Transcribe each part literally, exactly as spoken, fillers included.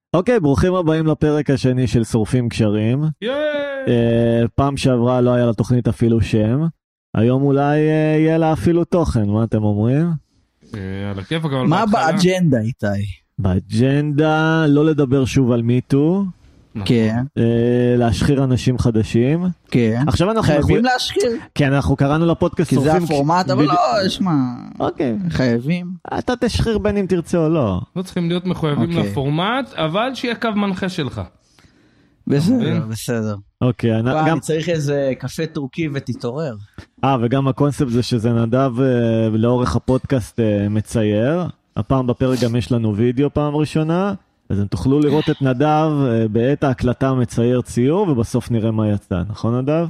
אוקיי, ברוכים הבאים לפרק השני של שורפים קשרים. פעם שעברה לא היה לתוכנית אפילו שם, היום אולי יהיה לה אפילו תוכן, מה אתם אומרים? מה באג'נדה איתי? באג'נדה לא לדבר שוב על מיטו, כן. להשחיר אנשים חדשים. כן. עכשיו אנחנו חייבים להשחיר? כן, אנחנו קראנו לפודקאסט כי זה הפורמט, אבל לא, יש מה. אוקיי. חייבים? אתה תשחיר בין אם תרצה או לא. לא צריכים להיות מחויבים לפורמט, אבל שיהיה קו מנחה שלך. בסדר, בסדר. אוקיי. אני צריך איזה קפה טורקי ותתעורר. אה, וגם הקונספט זה שזה נדב לאורך הפודקאסט מצייר. הפעם בפרק גם יש לנו וידאו פעם ראשונה. אז אתם תוכלו לראות את נדב בעת ההקלטה מצייר ציור, ובסוף נראה מה יצא. נכון, נדב?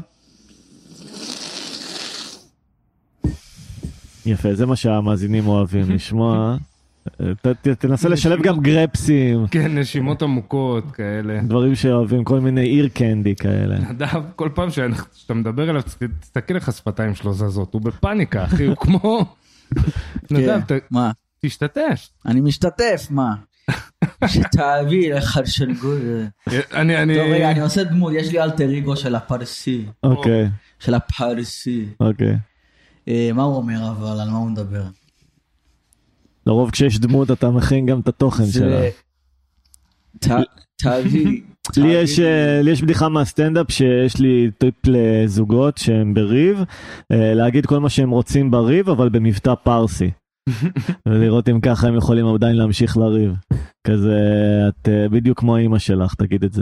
יפה, זה מה שהמאזינים אוהבים לשמוע. תנסה לשלב גם גרפסים. כן, נשימות עמוקות כאלה. דברים שאוהבים, כל מיני איר קנדי כאלה. נדב, כל פעם שאתה מדבר אליו, תסתכל לך שפתיים שלו זזות, הוא בפאניקה, אחי, הוא כמו... נדב, תשתתף. אני משתתף, מה? שתאבי לך של גוד. אני, אני... טוב, רגע, אני עושה דמות, יש לי אלטר איגו של הפרסי. אוקיי. של הפרסי. אוקיי. מה הוא אומר, אבל על מה הוא מדבר? לרוב כשיש דמות אתה מכין גם את התוכן שלה. תאבי. לי יש, לי יש בדיחה מהסטנדאפ שיש לי טיפ לזוגות שהם בריב, להגיד כל מה שהם רוצים בריב, אבל במבטא פרסי. ולראות אם ככה הם יכולים עדיין להמשיך לריב. כזה, את בדיוק כמו האמא שלך, תגיד את זה.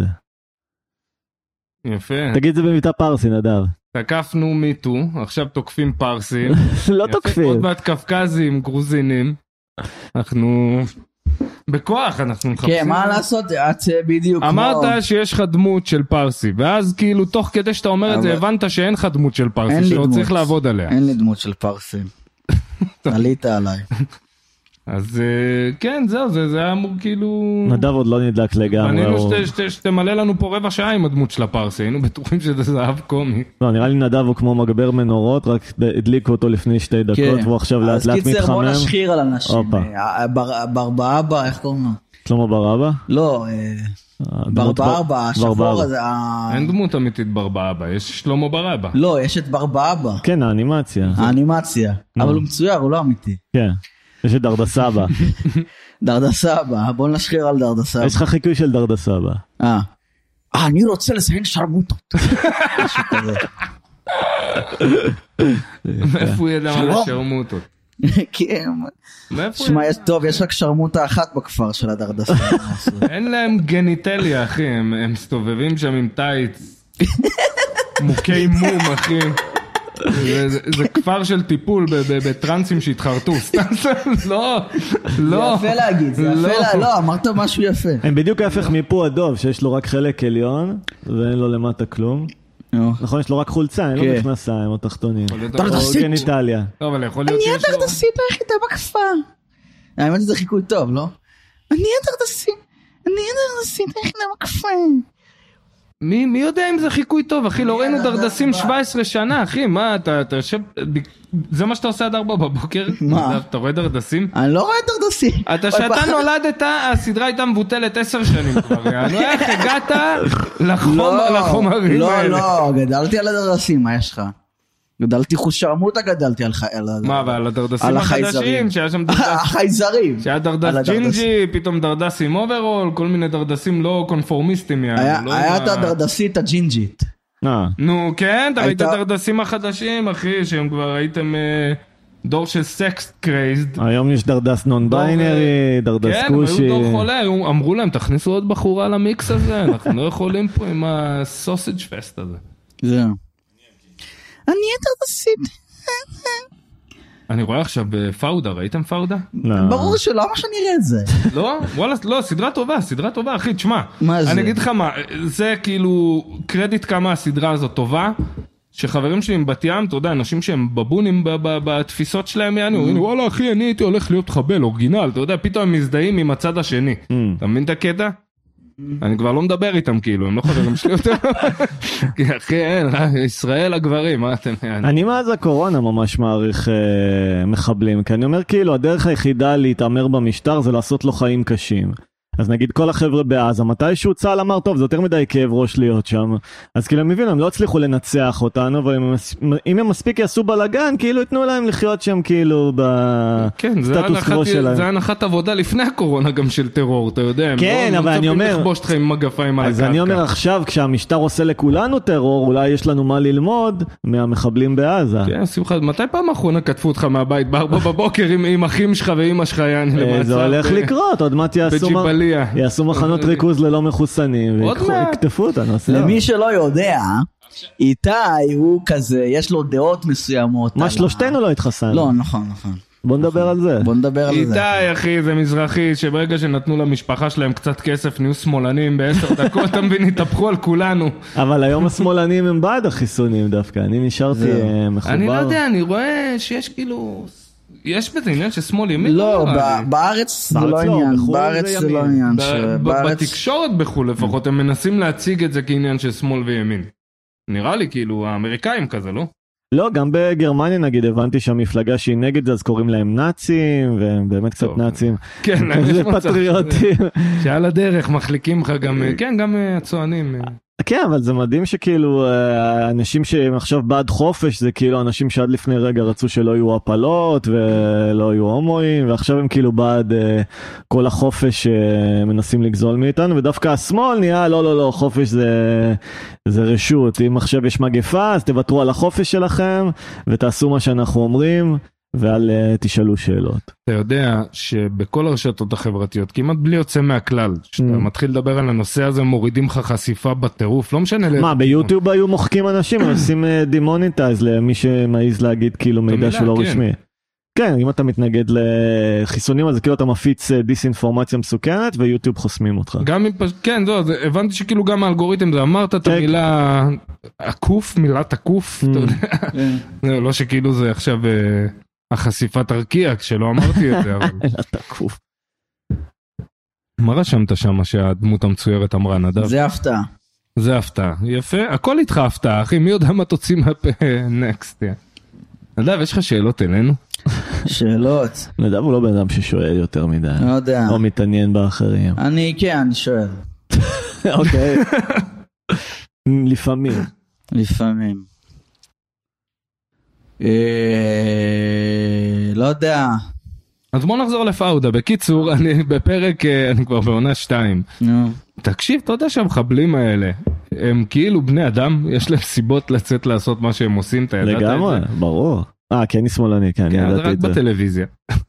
יפה. תגיד את זה במבטא פרסי, נדב. תקפנו מיטו, עכשיו תוקפים פרסים. לא תוקפים. עוד מעט קפקזים, גרוזינים. אנחנו... בכוח אנחנו מחפשים. כן, מה לעשות? את בדיוק כמו... אמרת שיש לך דמות של פרסי, ואז כאילו תוך כדי שאתה אומר את זה, הבנת שאין לך דמות של פרסי, שלא צריך לעבוד עליה. אין לי דמות של פרסים. עלית עליי. אז כן, זהו, זה היה אמור כאילו... נדב עוד לא נדלק לגמרי. בנינו שתמלא לנו פה רבע שעה עם הדמות של הפרסי, היינו בטוחים שזה זהב קומי. לא, נראה לי נדב הוא כמו מגבר מנורות, רק הדליקו אותו לפני שתי דקות, והוא עכשיו לאט לאט מתחמם. אז קיצר, בוא נשחיר על אנשים. ברבא אבא, איך קוראים לו? שלמה ברבא? לא, ברבא אבא, השחור הזה. אין דמות אמיתית ברבא אבא, יש שלמה ברבא. לא, יש את ברבא אבא. כן, האנימציה. האנימציה, אבל הוא מצויר, הוא לא אמיתי. כן. יש את דרדסבא. דרדסבא, בוא נשחיר על דרדסבא. יש לך חיקוי של דרדסבא. אה. אני רוצה לזיין שרמוטות. משהו כזה. מאיפה הוא ידע על השרמוטות? כן. שמע, טוב, יש רק שרמוטה אחת בכפר של הדרדסבא. אין להם גניטליה, אחי. הם מסתובבים שם עם טייץ. מוכי מום, אחי. זה כפר של טיפול בטרנסים שהתחרטו. לא, לא. זה יפה להגיד, זה יפה, לא, אמרת משהו יפה. הם בדיוק ההפך מפה הדוב, שיש לו רק חלק עליון, ואין לו למטה כלום. נכון, יש לו רק חולצה, אין לו מכנסיים או תחתונים. דרדסית. או גניטליה. טוב, אבל יכול להיות שיש לו... אני הדרדסית היחידה בכפר. האמת שזה חיקוי טוב, לא? אני הדרדסית, אני הדרדסית היחידה בכפר. מי, מי יודע אם זה חיקוי טוב, אחי? לא ראינו דרדסים שבע עשרה שנה, אחי, מה, אתה, אתה יושב, זה מה שאתה עושה עד ארבע בבוקר? מה? אתה רואה דרדסים? אני לא רואה דרדסים. אתה, שאתה נולדת, הסדרה הייתה מבוטלת עשר שנים כבר, לא איך הגעת לחומרים האלה. לא, לא, גדלתי על הדרדסים, מה יש לך? גדלתי חושרמוטה, גדלתי על חייזרים. מה, ועל הדרדסים החדשים? החייזרים. שהיה דרדס ג'ינג'י, פתאום דרדס עם אוברול, כל מיני דרדסים לא קונפורמיסטים. היה את הדרדסית הג'ינג'ית. נו, כן, אתה ראית דרדסים החדשים, אחי, שהם כבר הייתם דור של סקס קרייזד. היום יש דרדס נון ביינרי, דרדס קושי. כן, היו דור חולה, אמרו להם, תכניסו עוד בחורה למיקס הזה, אנחנו לא יכולים פה עם הסוסג' פסט הזה. זהו. אני הדרדסית. אני רואה עכשיו פאודה, ראיתם פאודה? ברור שלא, מה שאני אראה את זה. לא? וואלה, לא, סדרה טובה, סדרה טובה, אחי, תשמע. מה זה? אני אגיד לך מה, זה כאילו קרדיט כמה הסדרה הזאת טובה, שחברים שלי עם בת ים, אתה יודע, אנשים שהם בבונים בתפיסות שלהם, יענו, וואלה אחי, אני הייתי הולך להיות חבל, אורגינל, אתה יודע, פתאום הם מזדהים עם הצד השני. אתה מבין את הקטע? אני כבר לא מדבר איתם כאילו, הם לא חברים שלי יותר. אחי, אין, ישראל הגברים, מה אתם... אני מאז הקורונה ממש מעריך מחבלים, כי אני אומר כאילו, הדרך היחידה להתאמר במשטר זה לעשות לו חיים קשים. אז נגיד כל החבר'ה בעזה, מתישהו צה"ל אמר, טוב, זה יותר מדי כאב ראש להיות שם, אז כאילו הם מבינים, הם לא הצליחו לנצח אותנו, אבל אם הם מספיק יעשו בלגן, כאילו ייתנו להם לחיות שם כאילו בסטטוס קוו שלהם. זה הנחת עבודה לפני הקורונה גם של טרור, אתה יודע, כן, אבל אני אומר, לכבוש אתכם עם מגפיים על אז אני אומר עכשיו, כשהמשטר עושה לכולנו טרור, אולי יש לנו מה ללמוד מהמחבלים בעזה. כן, שמחה, מתי פעם האחרונה כתפו אותך מהבית בארבע בבוקר עם אחים שלך ואמא שלך יעני למעצר? זה הולך לקרות, עוד מעט יעשו מחנות ריכוז ללא מחוסנים, ויקטפו אותנו. למי שלא יודע, איתי הוא כזה, יש לו דעות מסוימות. מה, שלושתנו לא התחסן? לא, נכון, נכון. בוא נדבר על זה. בוא נדבר על זה. איתי, אחי, זה מזרחי, שברגע שנתנו למשפחה שלהם קצת כסף, נהיו שמאלנים בעשר דקות, אתה מבין, התהפכו על כולנו. אבל היום השמאלנים הם בעד החיסונים דווקא, אני נשארתי מחובר. אני לא יודע, אני רואה שיש כאילו... יש בזה עניין ששמאל ימין? לא, בארץ זה לא עניין, בארץ זה לא עניין. בתקשורת בחו"ל לפחות, הם מנסים להציג את זה כעניין של שמאל וימין. נראה לי כאילו האמריקאים כזה, לא? לא, גם בגרמניה נגיד, הבנתי שהמפלגה שהיא נגד זה, אז קוראים להם נאצים, והם באמת קצת נאצים. כן, זה פטריוטים. שעל הדרך מחליקים לך גם, כן, גם הצוענים. כן, אבל זה מדהים שכאילו, אנשים שהם עכשיו בעד חופש, זה כאילו אנשים שעד לפני רגע רצו שלא יהיו הפלות, ולא יהיו הומואים, ועכשיו הם כאילו בעד כל החופש שמנסים לגזול מאיתנו, ודווקא השמאל נהיה, לא, לא, לא, חופש זה, זה רשות. אם עכשיו יש מגפה, אז תוותרו על החופש שלכם, ותעשו מה שאנחנו אומרים, ואל תשאלו שאלות. אתה יודע שבכל הרשתות החברתיות, כמעט בלי יוצא מהכלל, שאתה מתחיל לדבר על הנושא הזה, מורידים לך חשיפה בטירוף, לא משנה. מה, ביוטיוב היו מוחקים אנשים, עושים דימוניטייז למי שמעיז להגיד כאילו מידע שהוא לא רשמי. כן, אם אתה מתנגד לחיסונים, אז כאילו אתה מפיץ דיסאינפורמציה מסוכנת, ויוטיוב חוסמים אותך. גם, כן, זו, הבנתי שכאילו גם האלגוריתם, זה אמרת את המילה עקוף, מילת עקוף, אתה יודע. לא שכאילו זה עכשיו... החשיפת הרקיע, כשלא אמרתי את זה, אבל... אתה קוף. מה רשמת שם שהדמות המצוירת אמרה, נדב? זה הפתעה. זה הפתעה, יפה. הכל איתך הפתעה, אחי, מי יודע מה תוציא מהפה נקסט. נדב, יש לך שאלות אלינו? שאלות. נדב הוא לא בן אדם ששואל יותר מדי. לא יודע. או מתעניין באחרים. אני, כן, אני שואל. אוקיי. לפעמים. לפעמים. לא יודע. אז בוא נחזור לפאודה. בקיצור, אני בפרק, אני כבר בעונה שתיים. תקשיב, אתה יודע שהמחבלים האלה, הם כאילו בני אדם, יש להם סיבות לצאת לעשות מה שהם עושים, אתה ידעת את זה? לגמרי, ברור. אה, כי אני שמאלני, כן, אני ידעתי את זה. רק בטלוויזיה.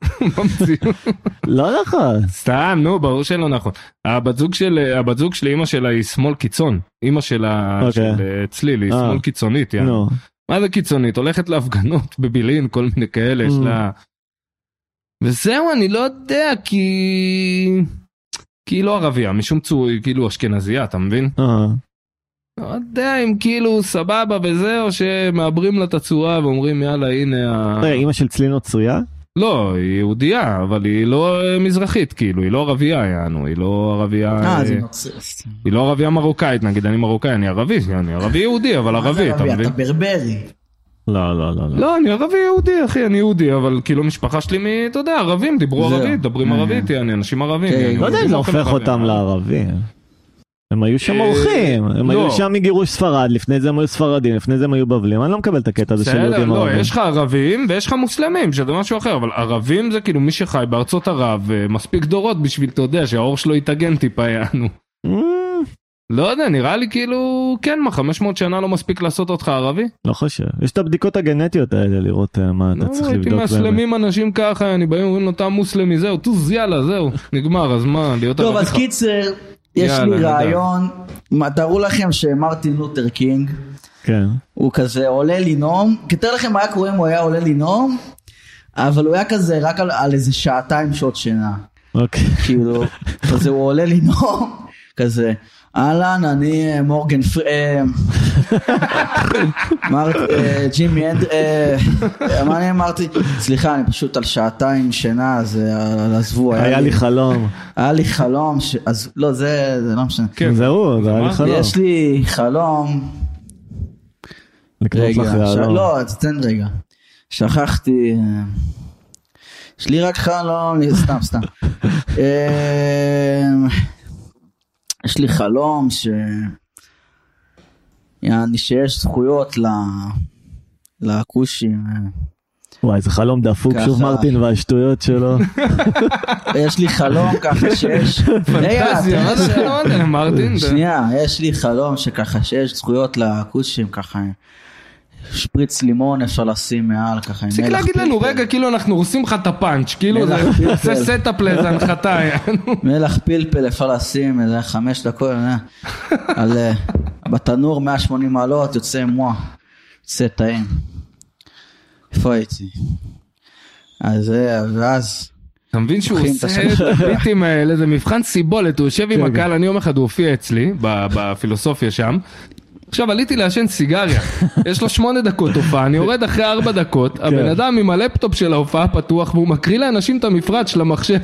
לא נכון. סתם, נו, ברור שלא נכון. הבת זוג של אמא שלה היא שמאל קיצון. אמא שלה של צליל, היא שמאל קיצונית, יאללה. מה זה קיצונית? הולכת להפגנות בבילין, כל מיני כאלה, יש לה... וזהו, אני לא יודע, כי... כי היא לא ערבייה, משום צור, היא כאילו אשכנזייה, אתה מבין? לא יודע אם כאילו סבבה וזה, או שמעברים לה את הצורה ואומרים, יאללה, הנה... אמא של צליל נוצריה? לא, היא יהודייה, אבל היא לא מזרחית, כאילו, היא לא ערבייה, יענו, היא לא ערבייה... אה, זה נוצרית. היא לא ערבייה מרוקאית, נגיד, אני מרוקאי, אני ערבי, אני ערבי יהודי, אבל ערבי, אתה מבין? אתה ברברי. לא, לא, לא. לא, אני ערבי יהודי, אחי, אני יהודי, אבל כאילו משפחה שלי מי, אתה יודע, ערבים, דיברו ערבית, דברים ערבית, אני אנשים ערבים. לא יודע אם זה הופך אותם לערבים. הם היו שם אורחים, הם היו שם מגירוש ספרד, לפני זה הם היו ספרדים, לפני זה הם היו בבלים, אני לא מקבל את הקטע הזה של יהודים ערבים. לא, יש לך ערבים ויש לך מוסלמים, שזה משהו אחר, אבל ערבים זה כאילו מי שחי בארצות ערב, מספיק דורות בשביל, אתה יודע, שהאור שלו יתאגן טיפה יענו. לא יודע, נראה לי כאילו, כן, מה, חמש מאות שנה לא מספיק לעשות אותך ערבי? לא חושב, יש את הבדיקות הגנטיות האלה, לראות מה אתה צריך לבדוק. הייתי מסלמים אנשים ככה, אני באים ואומרים אותם מוסלמי, זהו, תוז, יאללה, זהו, נגמר, אז מה, להיות טוב, אז קיצר, יש לי רעיון, תראו לכם שמרטין לותר קינג, הוא כזה עולה לנאום, כתר לכם מה היה קורה אם הוא היה עולה לנאום, אבל הוא היה כזה רק על איזה שעתיים שעות שינה. כאילו, אז הוא עולה לנאום, כזה, אהלן, אני מורגן ג'ימי אנד, מה אני אמרתי? סליחה, אני פשוט על שעתיים שינה, אז עזבו. היה לי חלום. היה לי חלום, אז לא, זה לא משנה. כן, זהו, זה היה לי חלום. יש לי חלום. לקנות לך רעיון. לא, תתן רגע. שכחתי, יש לי רק חלום, סתם, סתם. יש לי חלום ש... יעני שיש זכויות לקושים. וואי, זה חלום דפוק, שוב מרטין והשטויות שלו. יש לי חלום ככה שיש... פנטזיה, מה זה חלום, מרטין? שנייה, יש לי חלום שככה שיש זכויות לקושים, ככה... שפריץ לימון אפשר לשים מעל ככה. צריך להגיד לנו רגע כאילו אנחנו עושים לך את הפאנץ' כאילו זה סטאפ לאיזה הנחתה. מלח פלפל אפשר לשים איזה חמש דקות על בתנור מאה ושמונים מעלות יוצא מואה יוצא טעים. איפה הייתי? אז ואז אתה מבין שהוא עושה את הביטים האלה, זה מבחן סיבולת, הוא יושב עם הקהל, אני יום אחד הוא הופיע אצלי בפילוסופיה שם, עכשיו עליתי לעשן סיגריה, יש לו שמונה דקות הופעה, אני יורד אחרי ארבע דקות, הבן אדם עם הלפטופ של ההופעה פתוח, והוא מקריא לאנשים את המפרט של המחשב,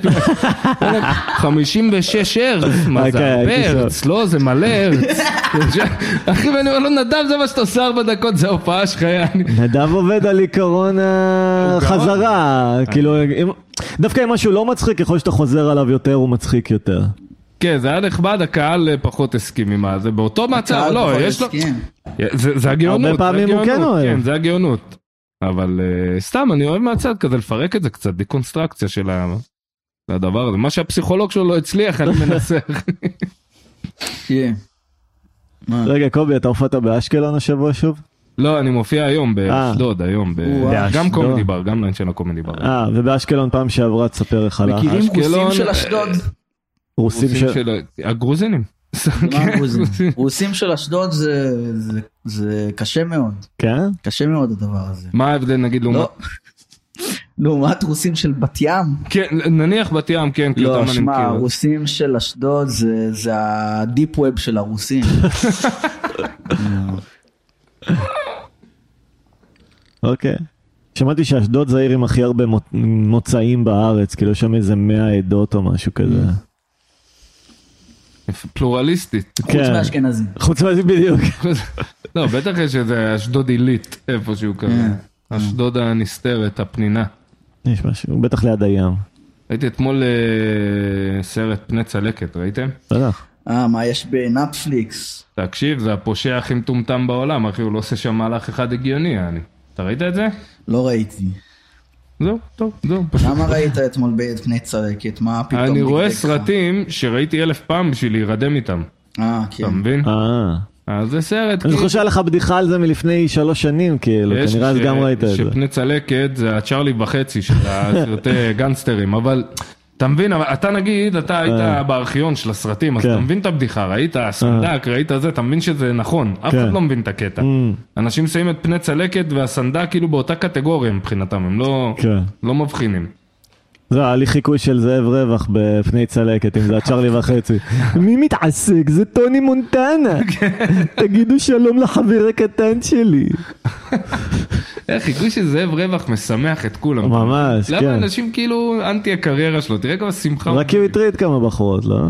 חמישים ושש הרץ, מה זה הרבה הרץ, לא זה מלא הרץ, אחי ואני אומר לו נדב זה מה שאתה עושה ארבע דקות, זה ההופעה שלך, נדב עובד על עיקרון חזרה, כאילו, דווקא אם משהו לא מצחיק, ככל שאתה חוזר עליו יותר, הוא מצחיק יותר. כן, זה היה נכבד, הקהל פחות הסכים עם זה, באותו מצב, לא, יש לו... זה הגאונות. הרבה פעמים הוא כן אוהב. כן, זה הגאונות. אבל סתם, אני אוהב מהצד כזה לפרק את זה קצת, דיקונסטרקציה של הדבר הזה. מה שהפסיכולוג שלו לא הצליח, אני מנסה. כן. רגע, קובי, אתה הופעת באשקלון השבוע שוב? לא, אני מופיע היום באשדוד, היום. גם קומדי בר, גם לאנשי הקומדי בר. אה, ובאשקלון פעם שעברה תספר איך עלה. מכירים רוסים של אשדוד? רוסים של... הגרוזינים. רוסים של אשדוד זה קשה מאוד. כן? קשה מאוד הדבר הזה. מה ההבדל נגיד לעומת? לעומת רוסים של בת ים? כן, נניח בת ים, כן. לא, שמה, רוסים של אשדוד זה הדיפ ווב של הרוסים. אוקיי. שמעתי שאשדוד זה העיר עם הכי הרבה מוצאים בארץ, כאילו שם איזה מאה עדות או משהו כזה. פלורליסטית. חוץ מהאשכנזים. חוץ מהאשכנזים בדיוק. לא, בטח יש איזה אשדוד עילית, איפשהו כזה. אשדוד הנסתרת, הפנינה. יש משהו, בטח ליד הים. ראיתי אתמול סרט פני צלקת, ראיתם? בטח. אה, מה יש בנטפליקס? תקשיב, זה הפושע הכי מטומטם בעולם, אחי, הוא לא עושה שם מהלך אחד הגיוני, אני. אתה ראית את זה? לא ראיתי. זהו, טוב, זהו. למה ראית אתמול פני צלקת? מה פתאום? אני רואה סרטים שראיתי אלף פעם בשביל להירדם איתם. אה, כן. אתה מבין? אה. אז זה סרט. אני חושב לך בדיחה על זה מלפני שלוש שנים, כאילו, כנראה אז גם ראית את זה. שפני צלקת זה הצ'רלי וחצי של הסרטי גנסטרים, אבל... אתה מבין, אתה נגיד, אתה היית בארכיון של הסרטים, אז אתה מבין את הבדיחה, ראית הסנדק, ראית זה, אתה מבין שזה נכון, אף אחד לא מבין את הקטע. אנשים שמים את פני צלקת והסנדק כאילו באותה קטגוריה מבחינתם, הם לא מבחינים. זה היה לי חיקוי של זאב רווח בפני צלקת, אם זה הצ'רלי וחצי. מי מתעסק? זה טוני מונטנה. תגידו שלום לחבר הקטן שלי. חיקוי של זאב רווח משמח את כולם. ממש, כן. למה אנשים כאילו אנטי הקריירה שלו, תראה כמה שמחה. רק הוא הטריד כמה בחורות, לא?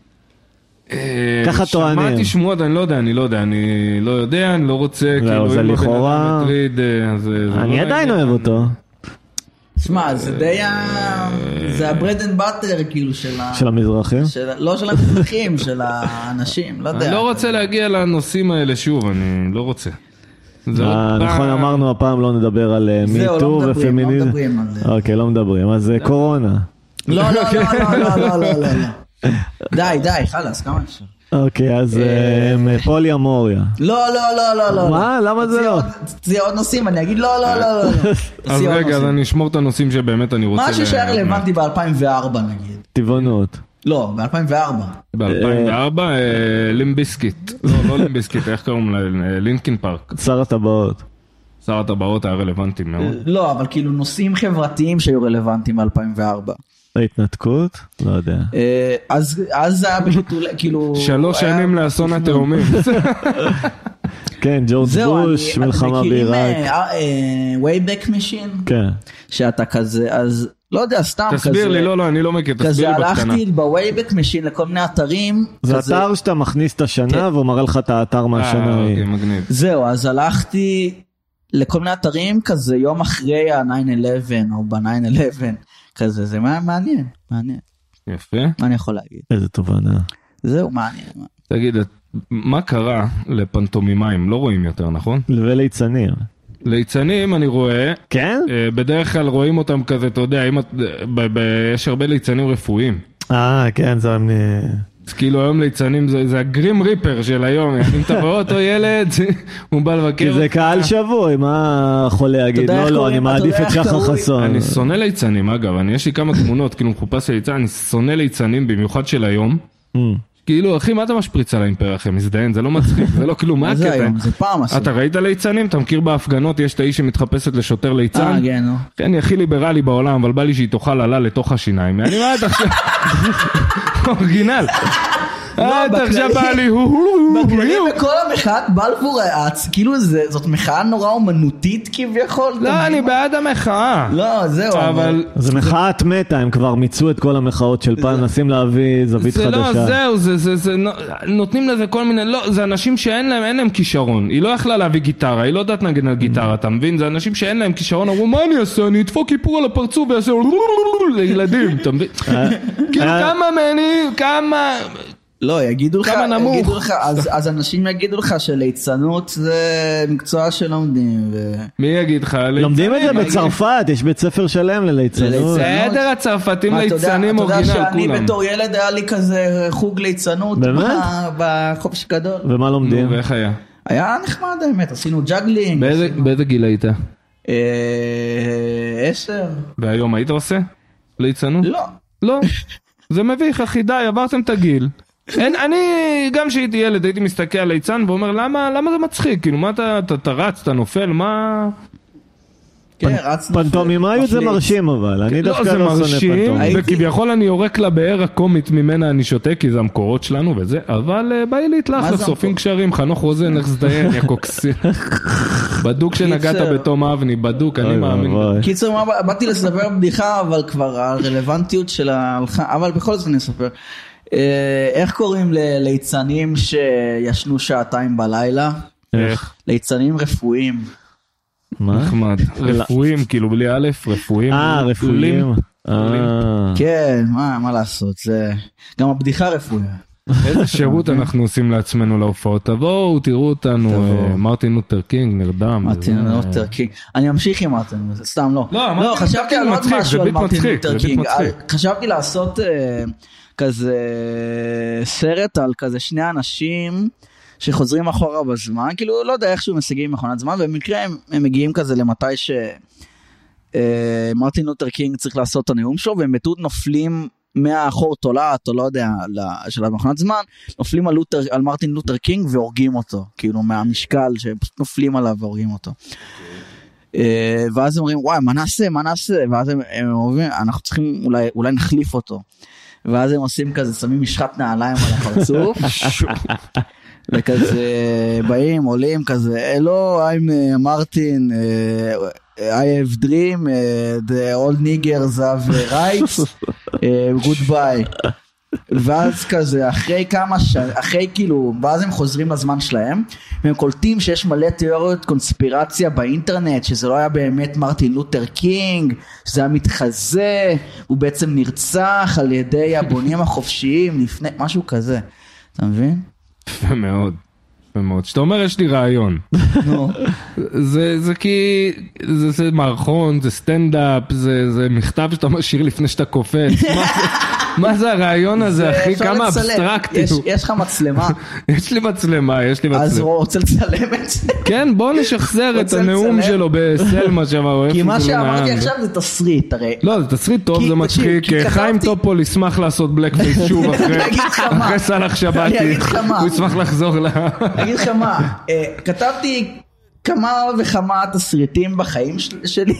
ככה טוענים. שמעתי שמועות, אני לא יודע, אני לא יודע, אני לא יודע, אני לא רוצה, כאילו, זה לכאורה. אני עדיין אוהב אותו. שמע, זה די ה... זה הברד אנד באטר, כאילו, של ה... של המזרחים? לא של המזרחים, של האנשים, לא יודע. אני לא רוצה להגיע לנושאים האלה שוב, אני לא רוצה. נכון, אמרנו הפעם לא נדבר על מיטו ופמיניזם. לא מדברים על זה. אוקיי, לא מדברים, אז זה קורונה. לא, לא, לא, לא, לא, לא, לא. די, די, חלאס, כמה אפשר. אוקיי, אז פולי אמוריה. לא, לא, לא, לא, לא. מה? למה זה לא? זה עוד נושאים, אני אגיד לא, לא, לא, לא. אז רגע, אז אני אשמור את הנושאים שבאמת אני רוצה... משהו שהיה רלוונטי ב-אלפיים וארבע נגיד. טבעונות. לא, ב-אלפיים וארבע. ב-אלפיים וארבע, לימביסקיט. לא, לא לימביסקיט, איך קוראים לה? לינקין פארק. שר הטבעות. שר הטבעות היה רלוונטי מאוד. לא, אבל כאילו נושאים חברתיים שהיו רלוונטיים ב-אלפיים וארבע. ההתנתקות? לא יודע. אז זה היה בחיתול, כאילו... שלוש שנים לאסון התאומים. כן, ג'ורג' בוש, מלחמה בעיראק. Wayback Machine? כן. שאתה כזה, אז לא יודע, סתם כזה. תסביר לי, לא, לא, אני לא מכיר, תסביר לי בקטנה. כזה הלכתי ב-Wayback Machine לכל מיני אתרים. זה אתר שאתה מכניס את השנה, והוא מראה לך את האתר מהשנה. אה, אוקיי, מגניב. זהו, אז הלכתי לכל מיני אתרים כזה יום אחרי ה-נין אלבן, או ב-נין אלבן. כזה, זה מעניין, מעניין. יפה. מה אני יכול להגיד? איזה תובנה. זהו, מעניין. תגיד, מה קרה לפנטומימיים? לא רואים יותר, נכון? וליצנים. ליצנים אני רואה. כן? בדרך כלל רואים אותם כזה, אתה יודע, יש הרבה ליצנים רפואיים. אה, כן, זה... אז כאילו היום ליצנים זה הגרים ריפר של היום, אם אתה באותו ילד, הוא בא לבקר. כי זה קהל שבוי, מה חולה יגיד? לא, לא, אני מעדיף את שחר חסון. אני שונא ליצנים, אגב, יש לי כמה תמונות, כאילו מחופש ליצן, אני שונא ליצנים, במיוחד של היום. כאילו, אחי, מה אתה משפריץ על האימפריה אחרי? מזדיין, זה לא מצחיק, זה לא כאילו, מה הקטע? זה היום, זה פעם עשו. אתה ראית ליצנים? אתה מכיר בהפגנות, יש את האיש שמתחפשת לשוטר ליצן? אה, כן, נו. כן, אני הכי ליברלי בעולם, אבל בא לי שהיא תאכל עלה לתוך השיניים. אני מה אתה עכשיו? אורגינל. אתה עכשיו בא לי, בכללים בכל המחאת בלפור, כאילו זאת מחאה נורא אומנותית כביכול. לא, אני בעד המחאה. לא, זהו. אבל... זה מחאת מטה, הם כבר מיצו את כל המחאות של פעם, נסים להביא זווית חדשה. זה לא, זהו, נותנים לזה כל מיני, לא, זה אנשים שאין להם, אין להם כישרון. היא לא יכלה להביא גיטרה, היא לא יודעת נגד על גיטרה, אתה מבין? זה אנשים שאין להם כישרון, אמרו, מה אני אעשה? אני אדפוק כיפור על הפרצוף ויעשה לילדים, אתה מבין? כאילו כמה מני, כמה... לא, יגידו לך, יגידו לך, אז, אז אנשים יגידו לך שליצנות זה מקצוע שלומדים. ו... מי יגיד לך? לומדים את זה בצרפת, יש בית ספר שלם לליצנות. בסדר, הצרפתים ליצנים אורגינל כולם. אתה יודע שאני בתור ילד היה לי כזה חוג ליצנות. באמת? בחופש גדול. ומה לומדים? נו, ואיך היה? היה נחמד האמת, עשינו ג'אגלינג. באיזה גיל היית? עשר. והיום היית עושה? ליצנות? לא. לא. זה מביך, אחי, די, עברתם את הגיל. אין, אני, גם שהייתי ילד, הייתי מסתכל על ליצן ואומר, למה, למה זה מצחיק? כאילו, מה אתה, אתה, אתה רץ, אתה נופל, מה... כן, רץ נופל. פנטומימאיות זה מרשים אבל, אני דווקא לא שונא פנטומימאיות. וכביכול אני יורק לבאר הקומית ממנה אני שותה, כי זה המקורות שלנו וזה, אבל בא לי להתלך לחשופים קשרים, חנוך רוזן, איך זדיין, יא קוקסי. בדוק שנגעת בתום אבני, בדוק, אני מאמין. קיצור, באתי לספר בדיחה, אבל כבר הרלוונטיות שלה, אבל בכל זאת אני אספר. איך קוראים לליצנים שישנו שעתיים בלילה? איך? ליצנים רפואיים. מה? נחמד. רפואיים, כאילו בלי א', רפואיים. אה, רפואיים. כן, מה לעשות, זה... גם הבדיחה רפואיה. איזה שירות אנחנו עושים לעצמנו להופעות. תבואו, תראו אותנו, מרטין לותר קינג, נרדם. מרטין לותר קינג. אני אמשיך עם מרטין, סתם לא. לא, חשבתי על עוד משהו על מרטין לותר קינג. חשבתי לעשות... כזה סרט על כזה שני אנשים שחוזרים אחורה בזמן, כאילו לא יודע איכשהו משיגים מכונת זמן, ובמקרה הם, הם מגיעים כזה למתי שמרטין לותר קינג צריך לעשות את הנאום שלו, והם בטעות נופלים מהאחור תולעת, או לא יודע, של המכונת זמן, נופלים על, לותר, על מרטין לותר קינג והורגים אותו, כאילו מהמשקל שהם פשוט נופלים עליו והורגים אותו. ואז הם אומרים, וואי, מה נעשה, מה נעשה? ואז הם, הם אומרים, אנחנו צריכים, אולי, אולי נחליף אותו. ואז הם עושים כזה, שמים משחת נעליים על הפרצוף, וכזה באים, עולים כזה, hello, I'm uh, Martin, uh, I have dream, uh, the old niggers have rights, uh, goodbye. ואז כזה, אחרי כמה שנים, אחרי כאילו, ואז הם חוזרים לזמן שלהם, והם קולטים שיש מלא תיאוריות קונספירציה באינטרנט, שזה לא היה באמת מרטין לותר קינג, שזה היה מתחזה, הוא בעצם נרצח על ידי הבונים החופשיים, לפני, משהו כזה, אתה מבין? יפה מאוד, יפה מאוד. שאתה אומר, יש לי רעיון. נו. זה, זה כי, זה, זה מערכון, זה סטנדאפ, זה, זה מכתב שאתה משאיר לפני שאתה קופץ, מה זה? מה זה הרעיון הזה, אחי? כמה אבסטרקטי הוא. יש לך מצלמה. יש לי מצלמה, יש לי מצלמה. אז הוא רוצה לצלם את זה. כן, בוא נשחזר את הנאום שלו בסלמה שם. כי מה שאמרתי עכשיו זה תסריט, הרי. לא, זה תסריט טוב, זה מצחיק. חיים טופול ישמח לעשות בלק פייס שוב אחרי סלח שבתי. הוא ישמח לחזור לה. אני אגיד לך מה, כתבתי כמה וכמה תסריטים בחיים שלי.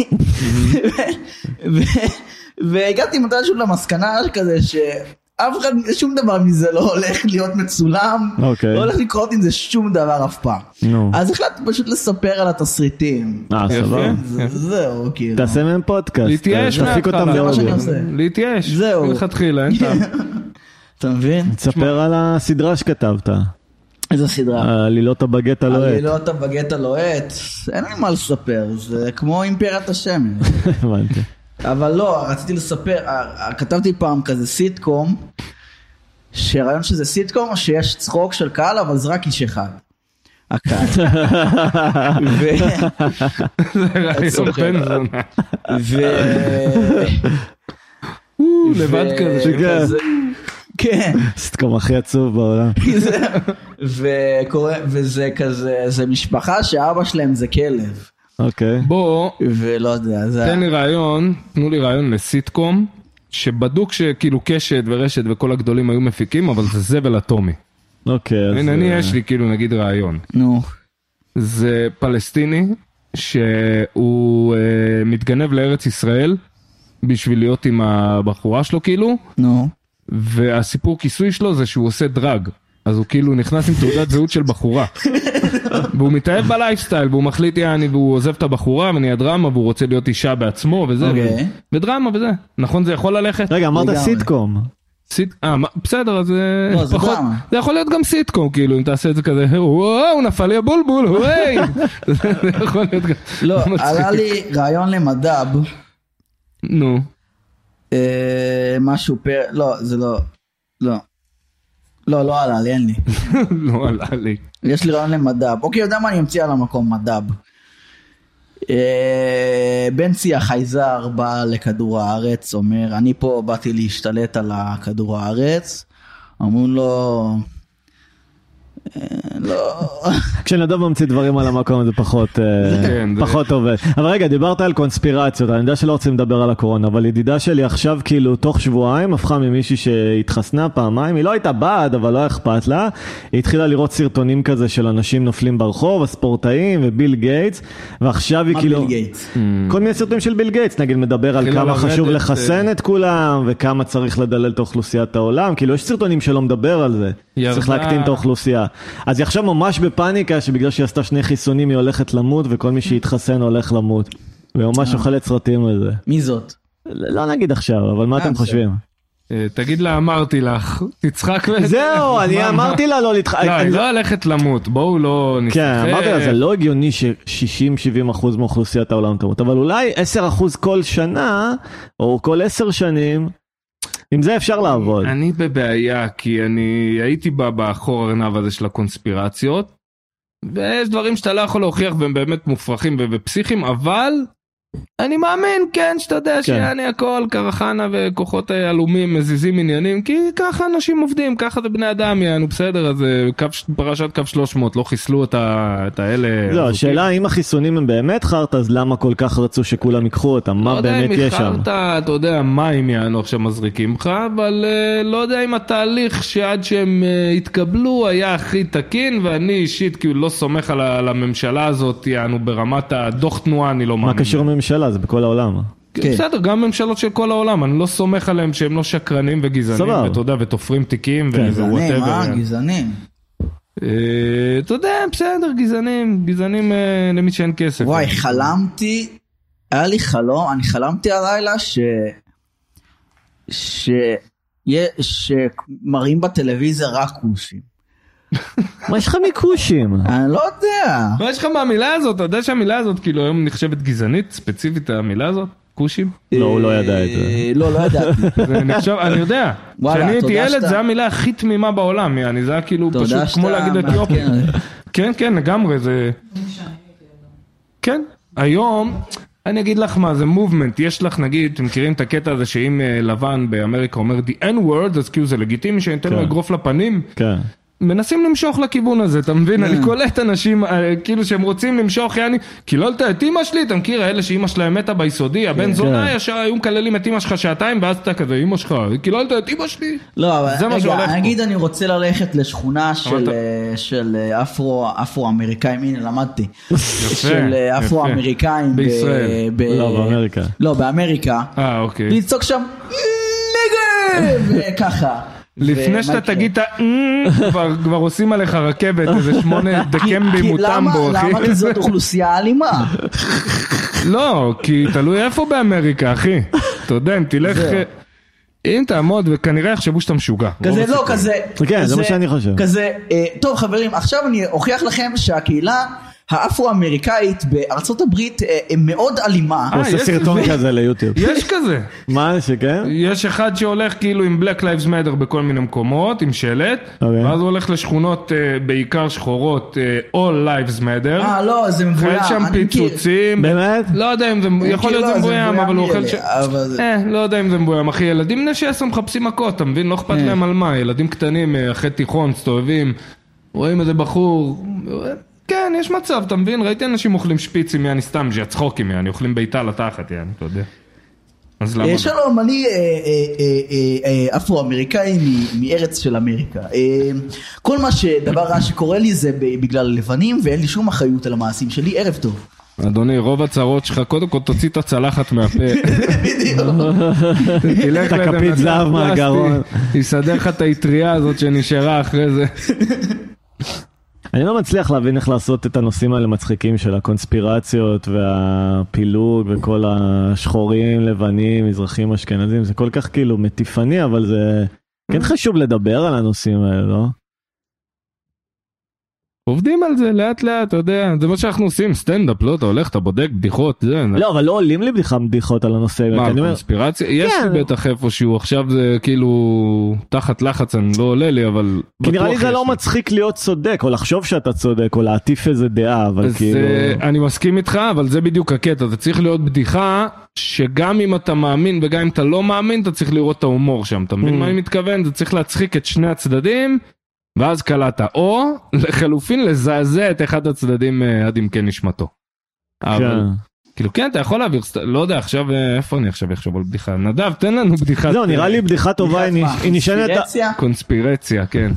והגעתי מתישהו למסקנה כזה שאף אחד, שום דבר מזה לא הולך להיות מצולם, לא הולך לקרות עם זה שום דבר אף פעם. אז החלטתי פשוט לספר על התסריטים. אה, סבבה. זהו, כאילו. תעשה מהם פודקאסט. להתייאש מההתחלה. זה מה שאני עושה. להתייאש. זהו. מלכתחילה, אין טעם. אתה מבין? תספר על הסדרה שכתבת. איזה סדרה? עלילות הבגט הלוהט. עלילות הבגט הלוהט. אין לי מה לספר, זה כמו אימפריית השמש. הבנתי. אבל לא, רציתי לספר, כתבתי פעם כזה סיטקום, שהרעיון שזה סיטקום, שיש צחוק של קהל, אבל זה רק איש אחד. הקהל. זה רעיון בן זונה. ו... לבד כזה. כן. סיטקום הכי עצוב בעולם. וזה כזה, זה משפחה שאבא שלהם זה כלב. אוקיי. בוא, ולא יודע, זה... תן לי רעיון, תנו לי רעיון לסיטקום, שבדוק שכאילו קשת ורשת וכל הגדולים היו מפיקים, אבל זה זבל אטומי. אוקיי, אז... הנה, אני יש לי כאילו נגיד רעיון. נו. זה פלסטיני, שהוא מתגנב לארץ ישראל, בשביל להיות עם הבחורה שלו כאילו. נו. והסיפור כיסוי שלו זה שהוא עושה דרג. אז הוא כאילו נכנס עם תעודת זהות של בחורה. והוא מתאהב בלייפסטייל, והוא מחליט יעני, והוא עוזב את הבחורה, ונהיה דרמה, והוא רוצה להיות אישה בעצמו, וזה. Okay. ודרמה וזה. נכון, זה יכול ללכת? רגע, אמרת סיטקום. סיט... אה, בסדר, אז לא, זה פחות... דרמה. זה יכול להיות גם סיטקום, כאילו, אם תעשה את זה כזה, וואו, נפל לי הבולבול, וואי. זה יכול להיות גם... לא, עלה לי רעיון למדב. נו. אה, משהו פר... לא, זה לא... לא. לא, לא עלה לי, אין לי. לא עלה לי. יש לי רעיון למדב. אוקיי, יודע מה אני אמציא על המקום, מדב. בנצי החייזר בא לכדור הארץ, אומר, אני פה באתי להשתלט על הכדור הארץ. אמרו לו... לא... כשנדב ממציא דברים על המקום זה פחות פחות עובד. אבל רגע, דיברת על קונספירציות, אני יודע שלא רוצים לדבר על הקורונה, אבל ידידה שלי עכשיו כאילו תוך שבועיים הפכה ממישהי שהתחסנה פעמיים, היא לא הייתה בעד אבל לא אכפת לה, היא התחילה לראות סרטונים כזה של אנשים נופלים ברחוב, הספורטאים וביל גייטס, ועכשיו היא כאילו... מה ביל גייטס? כל מיני סרטונים של ביל גייטס, נגיד מדבר על כמה חשוב לחסן את כולם וכמה צריך לדלל את האוכלוסיית העולם, כאילו יש סרטונים שלא מדבר על זה, צריך להקטין את האוכלוסייה. אז היא עכשיו ממש בפאניקה שבגלל שהיא עשתה שני חיסונים היא הולכת למות וכל מי שהתחסן הולך למות. והיא ממש אוכלת סרטים על זה. מי זאת? לא נגיד עכשיו, אבל מה אתם חושבים? תגיד לה, אמרתי לך, תצחק וזה. זהו, אני אמרתי לה לא להתחק. לא, היא לא הולכת למות, בואו לא נסתכל. כן, אמרתי לה, זה לא הגיוני ש-שישים שבעים אחוז מאוכלוסיית העולם תמות, אבל אולי עשרה אחוז כל שנה, או כל עשר שנים, עם זה אפשר לעבוד. אני בבעיה, כי אני הייתי בה באחור הרנב הזה של הקונספירציות, ויש דברים שאתה לא יכול להוכיח והם באמת מופרכים ופסיכיים, אבל אני מאמין, כן, שאתה יודע שאני הכל קרחנה וכוחות אלומים מזיזים עניינים, כי ככה אנשים עובדים, ככה זה בני אדם, יענו בסדר, אז פרשת קו שלוש מאות, לא חיסלו את האלה. לא, השאלה אם החיסונים הם באמת חרת, אז למה כל כך רצו שכולם ייקחו אותם? מה באמת יש שם? לא יודע אם חרת, אתה יודע, מים יענו עכשיו מזריקים לך, אבל לא יודע אם התהליך שעד שהם התקבלו היה הכי תקין, ואני אישית כאילו לא סומך על הממשלה הזאת, יענו ברמת הדוח תנועה, אני לא מאמין. מה קשור ממשלה? זה בכל העולם. בסדר, גם ממשלות של כל העולם, אני לא סומך עליהם שהם לא שקרנים וגזענים, ואתה יודע, ותופרים תיקים, גזענים, מה? גזענים. אתה יודע, בסדר, גזענים, גזענים למי שאין כסף. וואי, חלמתי, היה לי חלום, אני חלמתי הלילה ש... ש... שמראים בטלוויזיה רק כושים. מה יש לך מקושים? אני לא יודע. מה יש לך מהמילה הזאת? אתה יודע שהמילה הזאת כאילו היום נחשבת גזענית, ספציפית המילה הזאת? קושים? לא, הוא לא ידע את זה. לא, לא ידעתי. אני יודע. כשאני הייתי ילד זה המילה הכי תמימה בעולם. זה היה כאילו פשוט כמו להגיד אתיופי. כן, כן, לגמרי. זה... כן. היום... אני אגיד לך מה, זה מובמנט, יש לך נגיד, אתם מכירים את הקטע הזה שאם לבן באמריקה אומר the N-word, אז כאילו זה לגיטימי שניתן לו אגרוף לפנים. כן. מנסים למשוך לכיוון הזה, אתה מבין? אני קולט אנשים כאילו שהם רוצים למשוך, יעני, קיללת את אמא שלי, אתה מכיר, האלה שאמא שלהם מתה ביסודי, הבן זונה ישר היו מקללים את אמא שלך שעתיים, ואז אתה כזה, אמא שלך, קיללת את אמא שלי. לא, אבל רגע, נגיד אני רוצה ללכת לשכונה של אפרו-אמריקאים, הנה למדתי, של אפרו-אמריקאים בישראל, לא באמריקה. לא, באמריקה. אה, אוקיי. לצעוק שם, נגד! וככה. לפני שאתה תגיד, כבר עושים עליך רכבת, איזה שמונה דקמבים מוטמבו, אחי. למה? כי זאת אוכלוסייה אלימה. לא, כי תלוי איפה באמריקה, אחי. אתה יודע, אם תלך... אם תעמוד, וכנראה יחשבו שאתה משוגע. כזה, לא, כזה... כן, זה מה שאני חושב. כזה, טוב חברים, עכשיו אני אוכיח לכם שהקהילה האפרו-אמריקאית בארצות הברית מאוד אלימה. הוא עושה סרטון כזה ליוטיוב. יש כזה. מה, שכן? יש אחד שהולך כאילו עם Black Lives Matter בכל מיני מקומות, עם שלט, ואז הוא הולך לשכונות בעיקר שחורות, All Lives Matter. אה, לא, זה מבוים. אוכל שם פיצוצים. באמת? לא יודע אם זה, יכול להיות זה מבוים, אבל הוא אוכל שם. אה, לא יודע אם זה מבוים. אחי, ילדים בני שש עשרה מחפשים מכות, אתה מבין? לא אכפת להם על מה. ילדים קטנים, אחרי תיכון, סתובבים, רואים איזה בחור, כן, יש מצב, אתה מבין? ראיתי אנשים אוכלים שפיצים, יעני סתם, שיצחוקים, יעני, אוכלים ביתה לתחת, יעני, אתה יודע. אז למה? שלום, אני אפרו-אמריקאי מארץ של אמריקה. כל מה שדבר רע שקורה לי זה בגלל לבנים, ואין לי שום אחריות על המעשים שלי. ערב טוב. אדוני, רוב הצרות שלך, קודם כל תוציא את הצלחת מהפה. בדיוק. את הכפית זהב מהגרון. תסדר לך את היטריה הזאת שנשארה אחרי זה. אני לא מצליח להבין איך לעשות את הנושאים האלה מצחיקים של הקונספירציות והפילוג וכל השחורים, לבנים, מזרחים, אשכנזים. זה כל כך כאילו מטיפני, אבל זה כן חשוב לדבר על הנושאים האלה, לא? עובדים על זה לאט לאט, אתה יודע, זה מה שאנחנו עושים, סטנדאפ, לא, אתה הולך, אתה בודק בדיחות, זה... לא, אבל לא עולים לי בדיחה בדיחות על הנושא. מה, קונספירציה? יש לי בטח איפשהו, עכשיו זה כאילו תחת לחץ, אני לא עולה לי, אבל... כי נראה לי זה לא מצחיק להיות צודק, או לחשוב שאתה צודק, או להטיף איזה דעה, אבל כאילו... אני מסכים איתך, אבל זה בדיוק הקטע, אתה צריך להיות בדיחה, שגם אם אתה מאמין וגם אם אתה לא מאמין, אתה צריך לראות את ההומור שם, אתה מבין מה אני מתכוון? זה צריך להצחיק את שני הצדדים, ואז קלעת, או לחלופין לזעזע את אחד הצדדים עד אם כן נשמתו. אבל, כאילו כן, אתה יכול להעביר, לא יודע, עכשיו, איפה אני עכשיו יחשוב על בדיחה? נדב, תן לנו בדיחה. זהו, נראה לי בדיחה טובה, היא נשענת... קונספירציה? קונספירציה, כן.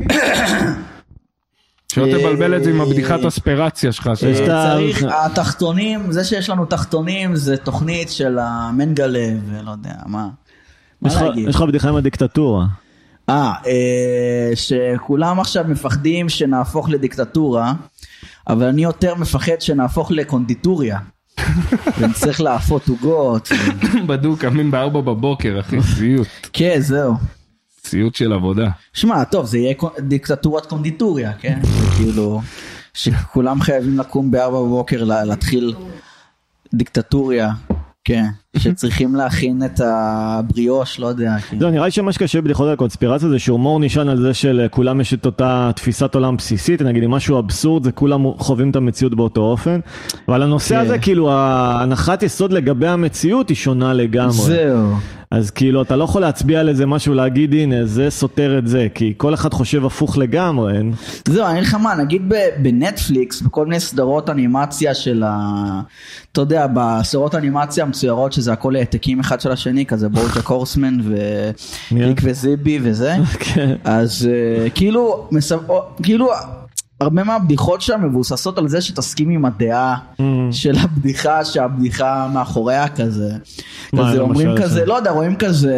שלא תבלבל את זה עם הבדיחת אספירציה שלך. צריך, התחתונים, זה שיש לנו תחתונים, זה תוכנית של המנגלה, ולא יודע, מה. יש לך בדיחה עם הדיקטטורה. אה, שכולם עכשיו מפחדים שנהפוך לדיקטטורה, אבל אני יותר מפחד שנהפוך לקונדיטוריה. ונצטרך להפות עוגות. בדוק, קמים בארבע בבוקר, אחי, סיוט. כן, זהו. סיוט של עבודה. שמע, טוב, זה יהיה דיקטטורת קונדיטוריה, כן? כאילו, שכולם חייבים לקום בארבע בבוקר להתחיל דיקטטוריה. כן, שצריכים להכין את הבריאוש, לא יודע. לא, נראה לי שמה שקשה בדיחות על קונספירציה זה שהומור נשען על זה של כולם יש את אותה תפיסת עולם בסיסית, נגיד אם משהו אבסורד זה כולם חווים את המציאות באותו אופן, אבל הנושא הזה כאילו ההנחת יסוד לגבי המציאות היא שונה לגמרי. זהו. אז כאילו אתה לא יכול להצביע על איזה משהו להגיד הנה זה סותר את זה, כי כל אחד חושב הפוך לגמרי. זהו, אני לך מה, נגיד בנטפליקס, בכל מיני סדרות אנימציה של ה... אתה יודע, בסדרות אנימציה המצוירות שזה הכל העתקים אחד של השני, כזה בוג'ק הורסמן וריק וזיבי וזה. אז כאילו, כאילו... הרבה מהבדיחות שם מבוססות על זה שתסכים עם הדעה של הבדיחה, שהבדיחה מאחוריה כזה. כזה אומרים כזה, לא יודע, רואים כזה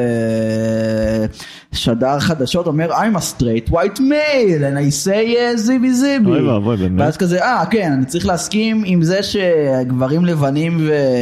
שדר חדשות, אומר, I'm a straight white male, and I say זיבי זיבי. ואז כזה, אה, כן, אני צריך להסכים עם זה שגברים לבנים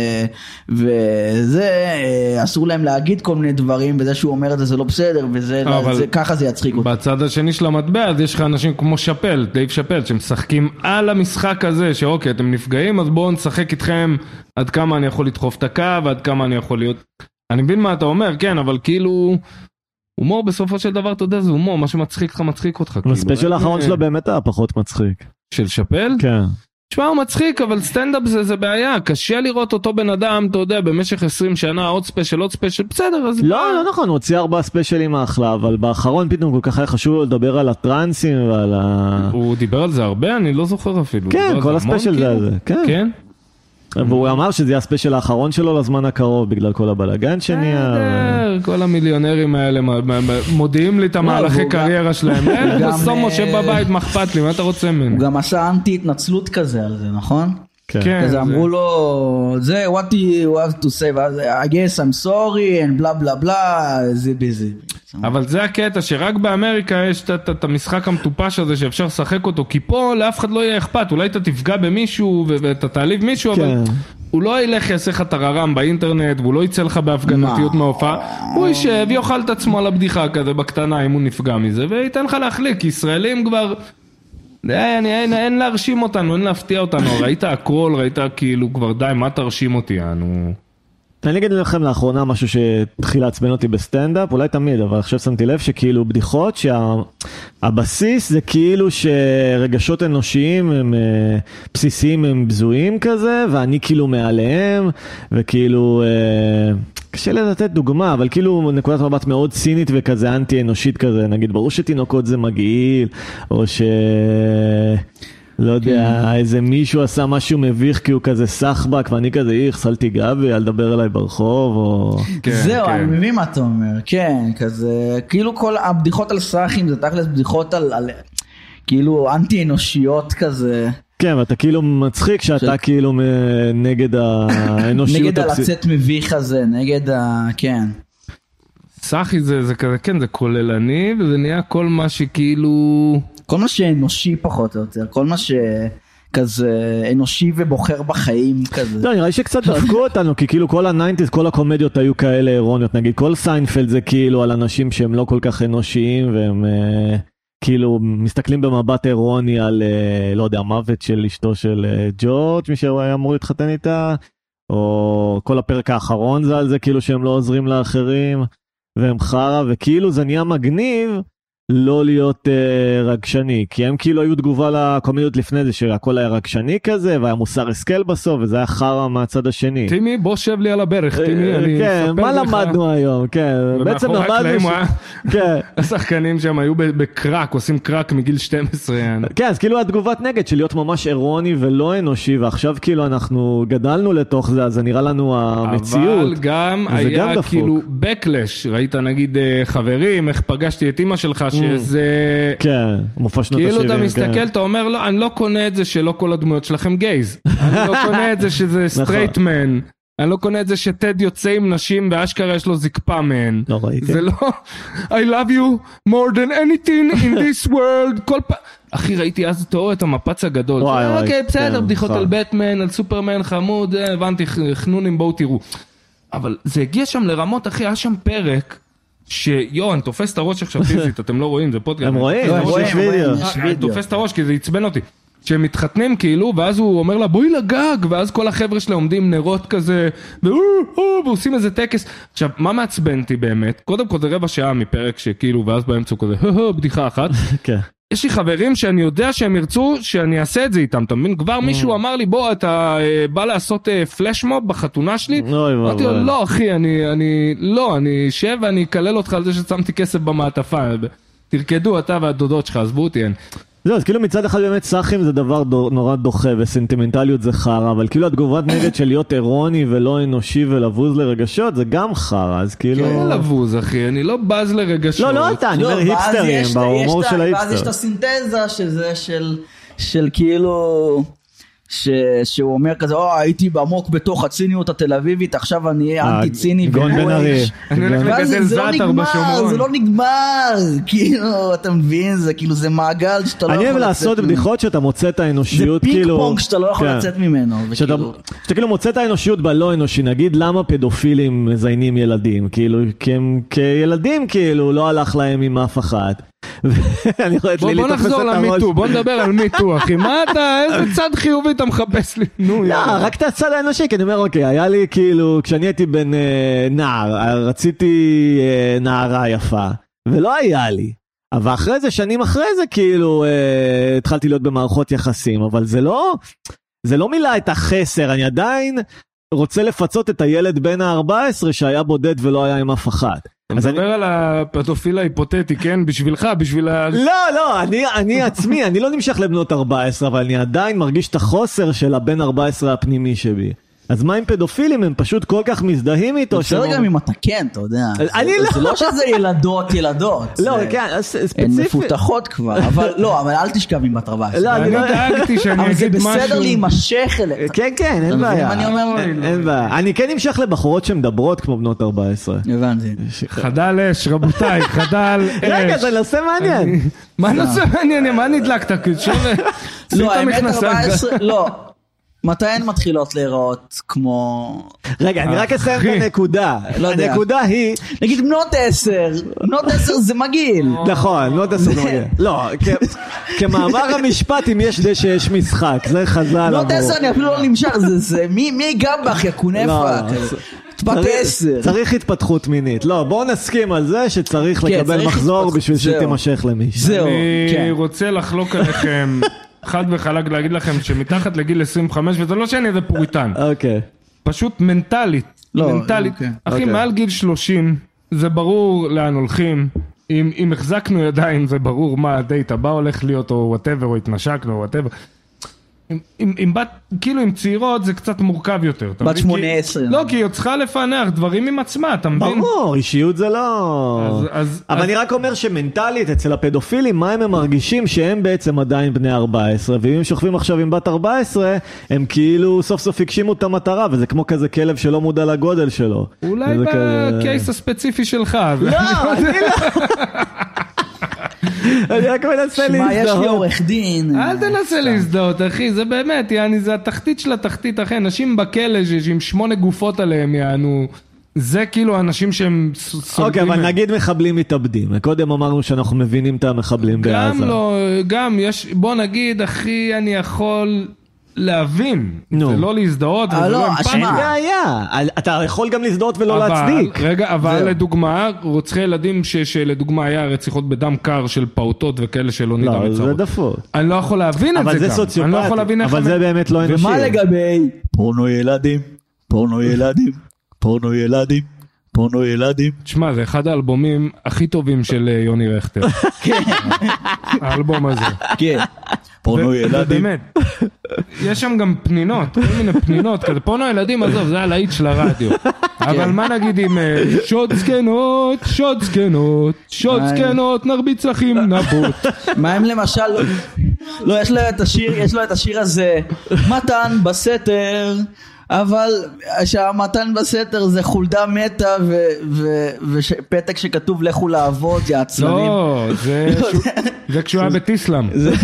וזה, אסור להם להגיד כל מיני דברים, וזה שהוא אומר את זה, זה לא בסדר, וככה זה יצחיק אותי. בצד השני של המטבע, אז יש לך אנשים כמו שפל, דייב שפל, שמשחקים על המשחק הזה, שאוקיי, אתם נפגעים, אז בואו נשחק איתכם עד כמה אני יכול לדחוף את הקו, ועד כמה אני יכול להיות... אני מבין מה אתה אומר, כן, אבל כאילו... הומור בסופו של דבר, אתה יודע, זה הומור, מה שמצחיק לך, מצחיק אותך. הספיישל האחרון שלו באמת היה פחות מצחיק. של שפל? כן. תשמע, הוא מצחיק, אבל סטנדאפ זה, זה בעיה, קשה לראות אותו בן אדם, אתה יודע, במשך עשרים שנה, עוד ספיישל, עוד ספיישל, בסדר, אז... לא, לא נכון, הוא הוציא ארבעה ספיישלים האחלה, אבל באחרון פתאום כל כך היה חשוב לדבר על הטרנסים ועל ה... הוא דיבר על זה הרבה, אני לא זוכר אפילו. כן, כל הספיישל זה זה, כן. כן? והוא אמר שזה יהיה הספיישל האחרון שלו לזמן הקרוב, בגלל כל הבלגן שנהיה. כל המיליונרים האלה מודיעים לי את המהלכי קריירה שלהם. אין, בסומו שבבית מחפת לי, מה אתה רוצה ממנו? הוא גם עשה אנטי התנצלות כזה על זה, נכון? כן. כזה אמרו לו, זה, what do you have to say? I guess I'm sorry, and blah blah blah, זה בזה. אבל זה הקטע, שרק באמריקה יש את המשחק המטופש הזה שאפשר לשחק אותו, כי פה לאף אחד לא יהיה אכפת, אולי אתה תפגע במישהו ואתה תעליב מישהו, אבל הוא לא ילך יעשה לך תררם באינטרנט, והוא לא יצא לך בהפגנתיות מההופעה, הוא יישב, יאכל את עצמו על הבדיחה כזה בקטנה אם הוא נפגע מזה, וייתן לך להחליק, כי ישראלים כבר... אין להרשים אותנו, אין להפתיע אותנו, ראית הכל, ראית כאילו כבר די, מה תרשים אותי, אנו... אני אגיד לכם לאחרונה משהו שהתחיל לעצבן אותי בסטנדאפ, אולי תמיד, אבל עכשיו שמתי לב שכאילו בדיחות שהבסיס זה כאילו שרגשות אנושיים הם בסיסיים, הם בזויים כזה, ואני כאילו מעליהם, וכאילו... קשה לתת דוגמה, אבל כאילו נקודת מבט מאוד צינית וכזה אנטי אנושית כזה, נגיד ברור שתינוקות זה מגעיל, או ש... לא יודע, איזה מישהו עשה משהו מביך כי הוא כזה סחבק, ואני כזה איך, סלתי גבי, אל דבר אליי ברחוב, או... זהו, אני מבין מה אתה אומר, כן, כזה, כאילו כל הבדיחות על סחים, זה תכלס בדיחות על, כאילו אנטי אנושיות כזה. כן, ואתה כאילו מצחיק שאתה כאילו נגד האנושיות. נגד הלצאת מביך הזה, נגד ה... כן. סחי זה כזה, כן, זה כוללני, וזה נהיה כל מה שכאילו... כל מה שאנושי פחות או יותר, כל מה שכזה אנושי ובוחר בחיים כזה. לא, נראה לי שקצת דפקו אותנו, כי כאילו כל ה-תשעים, כל הקומדיות היו כאלה אירוניות, נגיד כל סיינפלד זה כאילו על אנשים שהם לא כל כך אנושיים, והם כאילו מסתכלים במבט אירוני על, לא יודע, המוות של אשתו של ג'ורג', מי שהוא היה אמור להתחתן איתה, או כל הפרק האחרון זה על זה, כאילו שהם לא עוזרים לאחרים, והם חרה, וכאילו זה נהיה מגניב, לא להיות uh, רגשני, כי הם כאילו היו תגובה לקומדיות לפני זה, שהכל היה רגשני כזה, והיה מוסר השכל בסוף, וזה היה חרה מהצד השני. טימי, בוא שב לי על הברך, טימי, אני כן, מה למדנו היום, כן, בעצם למדנו ש... כן. השחקנים שהם היו בקרק, עושים קרק מגיל שתים עשרה. כן, אז כאילו התגובת נגד של להיות ממש אירוני ולא אנושי, ועכשיו כאילו אנחנו גדלנו לתוך זה, אז זה נראה לנו המציאות. אבל גם היה כאילו בקלש, ראית נגיד חברים, איך פגשתי את אמא שלך, שזה... כן, מופע שנות כאילו ה-שבעים. אתה מסתכל, אתה אומר, לא, אני לא קונה את זה שלא כל הדמויות שלכם גייז. אני לא קונה את זה שזה סטרייט מן. אני לא קונה את זה שטד יוצא עם נשים ואשכרה יש לו זקפה מן. לא ראיתי. זה לא... I love you more than anything in this world. כל פעם... אחי, ראיתי אז את המפץ הגדול. אוקיי, בסדר, בדיחות על בטמן, על סופרמן חמוד, הבנתי, חנונים, בואו תראו. אבל זה הגיע שם לרמות, אחי, היה שם פרק שיו, אני תופס את הראש עכשיו פיזית, אתם לא רואים, זה פודקאסט. הם רואים, יש וידאו. אני תופס את הראש כי זה יצבן אותי. שהם מתחתנים כאילו, ואז הוא אומר לה, בואי לגג, ואז כל החבר'ה שלה עומדים נרות כזה, ועושים איזה טקס. עכשיו, מה מעצבנתי באמת? קודם כל זה רבע שעה מפרק שכאילו, ואז באמצע כזה, בדיחה אחת. כן. יש לי חברים שאני יודע שהם ירצו שאני אעשה את זה איתם, אתה מבין? כבר מישהו אמר לי, בוא, אתה בא לעשות פלשמוב בחתונה שלי? אמרתי לו, לא אחי, אני לא, אני אשב ואני אקלל אותך על זה ששמתי כסף במעטפה, תרקדו אתה והדודות שלך, עזבו אותי. זהו, אז כאילו מצד אחד באמת סחים זה דבר נורא דוחה, וסנטימנטליות זה חרה, אבל כאילו התגובת נגד של להיות אירוני ולא אנושי ולבוז לרגשות, זה גם חרה, אז כאילו... כן, לבוז, אחי, אני לא בז לרגשות. לא, לא אתה, אני אומר היפסטרים, בהומור של ההיפסטר. ואז יש את הסינתזה שזה של כאילו... שהוא אומר כזה, או, הייתי בעמוק בתוך הציניות התל אביבית, עכשיו אני אהיה אנטי ציני גון בן ארי. אני הולך לגדל זאטר בשומרון. זה לא נגמר, כאילו, אתה מבין, זה כאילו, זה מעגל שאתה לא יכול לצאת. אני אוהב לעשות בדיחות שאתה מוצא את האנושיות, זה פינג פונג שאתה לא יכול לצאת ממנו. שאתה כאילו מוצא את האנושיות בלא אנושי, נגיד למה פדופילים מזיינים ילדים, כאילו, כי הם כילדים כאילו לא הלך להם עם אף אחת. בוא נחזור למיטו, בוא נדבר על מיטו אחי, מה אתה, איזה צד חיובי אתה מחפש לי? לא, רק את הצד האנושי, כי אני אומר אוקיי, היה לי כאילו, כשאני הייתי בן נער, רציתי נערה יפה, ולא היה לי, אבל אחרי זה, שנים אחרי זה כאילו, התחלתי להיות במערכות יחסים, אבל זה לא, זה לא מילא את החסר, אני עדיין רוצה לפצות את הילד בן ה-ארבע עשרה שהיה בודד ולא היה עם אף אחת. אתה מדבר על הפדופיל ההיפותטי, כן? בשבילך, בשביל ה... לא, לא, אני עצמי, אני לא נמשך לבנות ארבע עשרה, אבל אני עדיין מרגיש את החוסר של הבן ארבע עשרה הפנימי שבי. אז מה עם פדופילים? הם פשוט כל כך מזדהים איתו. בסדר גם אם אתה כן, אתה יודע. זה לא שזה ילדות, ילדות. לא, כן, ספציפית. הן מפותחות כבר, אבל לא, אבל אל תשכב עם בת ארבע עשרה. לא, אני דאגתי שאני אגיד משהו. אבל זה בסדר להימשך אליה. כן, כן, אין בעיה. אין בעיה. אני כן נמשך לבחורות שמדברות כמו בנות ארבע עשרה. הבנתי. חדל אש, רבותיי, חדל אש. רגע, זה נושא מעניין. מה נושא מעניין? מה נדלקת? לא, האמת ארבע עשרה, לא. מתי הן מתחילות להיראות כמו... רגע, אני רק אסיים את הנקודה. הנקודה היא... נגיד בנות עשר. בנות עשר זה מגעיל. נכון, בנות עשר זה מגעיל. לא, כמאמר המשפט, אם יש דשא יש משחק, זה חז"ל. בנות עשר אני אפילו לא נמשך, זה מי גם בך יקונפה. צריך התפתחות מינית. לא, בואו נסכים על זה שצריך לקבל מחזור בשביל שתימשך למישהו. אני רוצה לחלוק עליכם חד וחלק להגיד לכם שמתחת לגיל עשרים וחמש, וזה לא שאני איזה פוריטן, פשוט מנטלית, מנטלית. אחי, מעל גיל שלושים זה ברור לאן הולכים, אם החזקנו ידיים זה ברור מה הדייט הבא הולך להיות, או whatever, או התנשקנו, או whatever. עם בת, כאילו עם צעירות זה קצת מורכב יותר. בת שמונה עשרה. לא, כי היא צריכה לפענח דברים עם עצמה, אתה מבין? ברור, אישיות זה לא... אבל אני רק אומר שמנטלית אצל הפדופילים, מה הם מרגישים שהם בעצם עדיין בני ארבע עשרה, ואם הם שוכבים עכשיו עם בת ארבע עשרה, הם כאילו סוף סוף הגשימו את המטרה, וזה כמו כזה כלב שלא מודע לגודל שלו. אולי בקייס הספציפי שלך. לא, אני לא... אני רק מנסה להזדהות. שמה, יש לי עורך דין. אל תנסה להזדהות, אחי, זה באמת, יעני, זה התחתית של התחתית, אחי, אנשים בכלא עם שמונה גופות עליהם, יענו, זה כאילו אנשים שהם סולטים. אוקיי, אבל נגיד מחבלים מתאבדים, קודם אמרנו שאנחנו מבינים את המחבלים בעזה. גם לא, גם יש, בוא נגיד, אחי, אני יכול... להבין, זה לא להזדהות, זה לא אמפתיה. אתה יכול גם להזדהות ולא להצדיק. רגע, אבל לדוגמה, רוצחי ילדים שלדוגמה היה רציחות בדם קר של פעוטות וכאלה שלא נדע מצרות. זה דפוק. אני לא יכול להבין את זה גם. אבל זה סוציופטי, אבל זה באמת לא אנושי. ומה לגבי פורנו ילדים, פורנו ילדים, פורנו ילדים, פורנו ילדים. תשמע, זה אחד האלבומים הכי טובים של יוני רכטר. כן. האלבום הזה. כן. פורנו ילדים. באמת. יש שם גם פנינות, כל מיני פנינות, כזה פורנו ילדים, עזוב, זה הלהיט של הרדיו. אבל מה נגיד עם שוד זקנות, שוד זקנות, שוד זקנות, נרביץ לכם נבוט. מה הם למשל, לא, יש לו את השיר, יש לו את השיר הזה, מתן בסתר, אבל שהמתן בסתר זה חולדה מתה ופתק שכתוב לכו לעבוד, יעצלנים. לא, זה כשהוא היה בטיסלאם. זהו.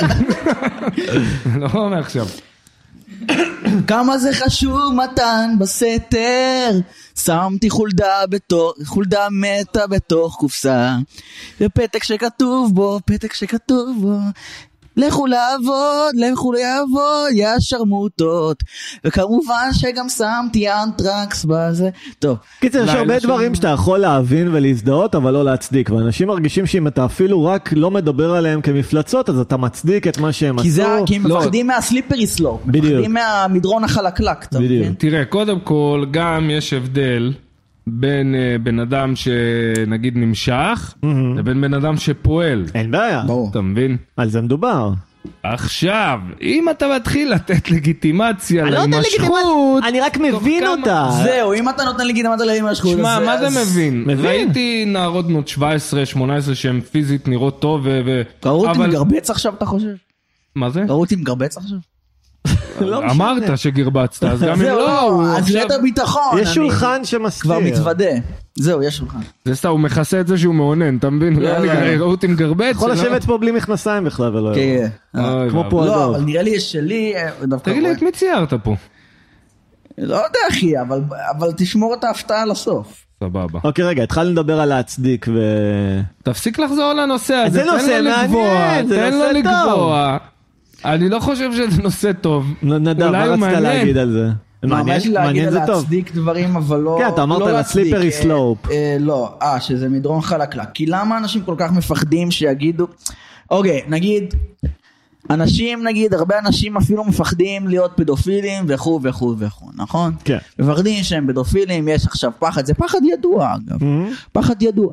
לא אומר עכשיו. כמה זה חשוב מתן בסתר, שמתי חולדה בתוך, חולדה מתה בתוך קופסה, ופתק שכתוב בו, פתק שכתוב בו, לכו לעבוד, לכו לעבוד, יא שרמוטות, וכמובן שגם שמתי אנטרקס בזה. טוב. קיצר, יש הרבה דברים שאתה יכול להבין ולהזדהות, אבל לא להצדיק, ואנשים מרגישים שאם אתה אפילו רק לא מדבר עליהם כמפלצות, אז אתה מצדיק את מה שהם עשו. כי זה, כי הם מפחדים מהסליפרי סלופ, מפחדים מהמדרון החלקלק. תראה, קודם כל, גם יש הבדל בין בן אדם שנגיד נמשך, לבין בן אדם שפועל. אין בעיה. אתה מבין? על זה מדובר. עכשיו, אם אתה מתחיל לתת לגיטימציה להימשכות, אני רק מבין אותה. זהו, אם אתה נותן לגיטימציה להימשכות, שמע, מה זה מבין? ראיתי נערות בנות שבע עשרה שמונה עשרה שהן פיזית נראות טוב. קראו אותי מגרבץ עכשיו, אתה חושב? מה זה? קראו אותי מגרבץ עכשיו? אמרת שגרבצת, אז גם אם לא, אז ליתר ביטחון. יש שולחן שמסתיר. כבר מתוודה. זהו, יש שולחן. זה סתם, הוא מכסה את זה שהוא מעונן, אתה מבין? ראו אותי מגרבץ. יכול לשבת פה בלי מכנסיים בכלל ולא... כן. כמו פה לא, אבל נראה לי יש שלי... תגיד לי, את מי ציירת פה? לא יודע אחי, אבל תשמור את ההפתעה לסוף. סבבה. אוקיי, רגע, התחלנו לדבר על להצדיק ו... תפסיק לחזור לנושא הזה. זה נושא מעניין, זה נושא טוב. אני לא חושב שזה נושא טוב. נדב, מה רצית להגיד על זה? מעניין, מעניין זה טוב. להצדיק דברים, אבל לא... כן, אתה אמרת על הסליפרי סלופ. לא, אה, שזה מדרון חלקלק. כי למה אנשים כל כך מפחדים שיגידו... אוקיי, נגיד... אנשים, נגיד, הרבה אנשים אפילו מפחדים להיות פדופילים וכו' וכו' וכו', נכון? כן. מפחדים שהם פדופילים, יש עכשיו פחד, זה פחד ידוע, אגב. פחד ידוע.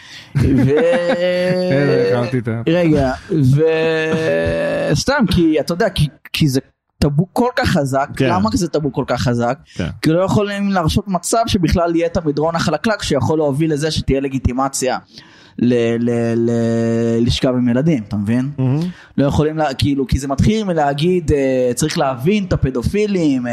רגע, וסתם, כי אתה יודע, כי זה טאבו כל כך חזק, למה זה טאבו כל כך חזק? כי לא יכולים להרשות מצב שבכלל יהיה את המדרון החלקלק, שיכול להוביל לזה שתהיה לגיטימציה לשכב עם ילדים, אתה מבין? לא יכולים, כאילו, כי זה מתחיל מלהגיד, צריך להבין את הפדופילים,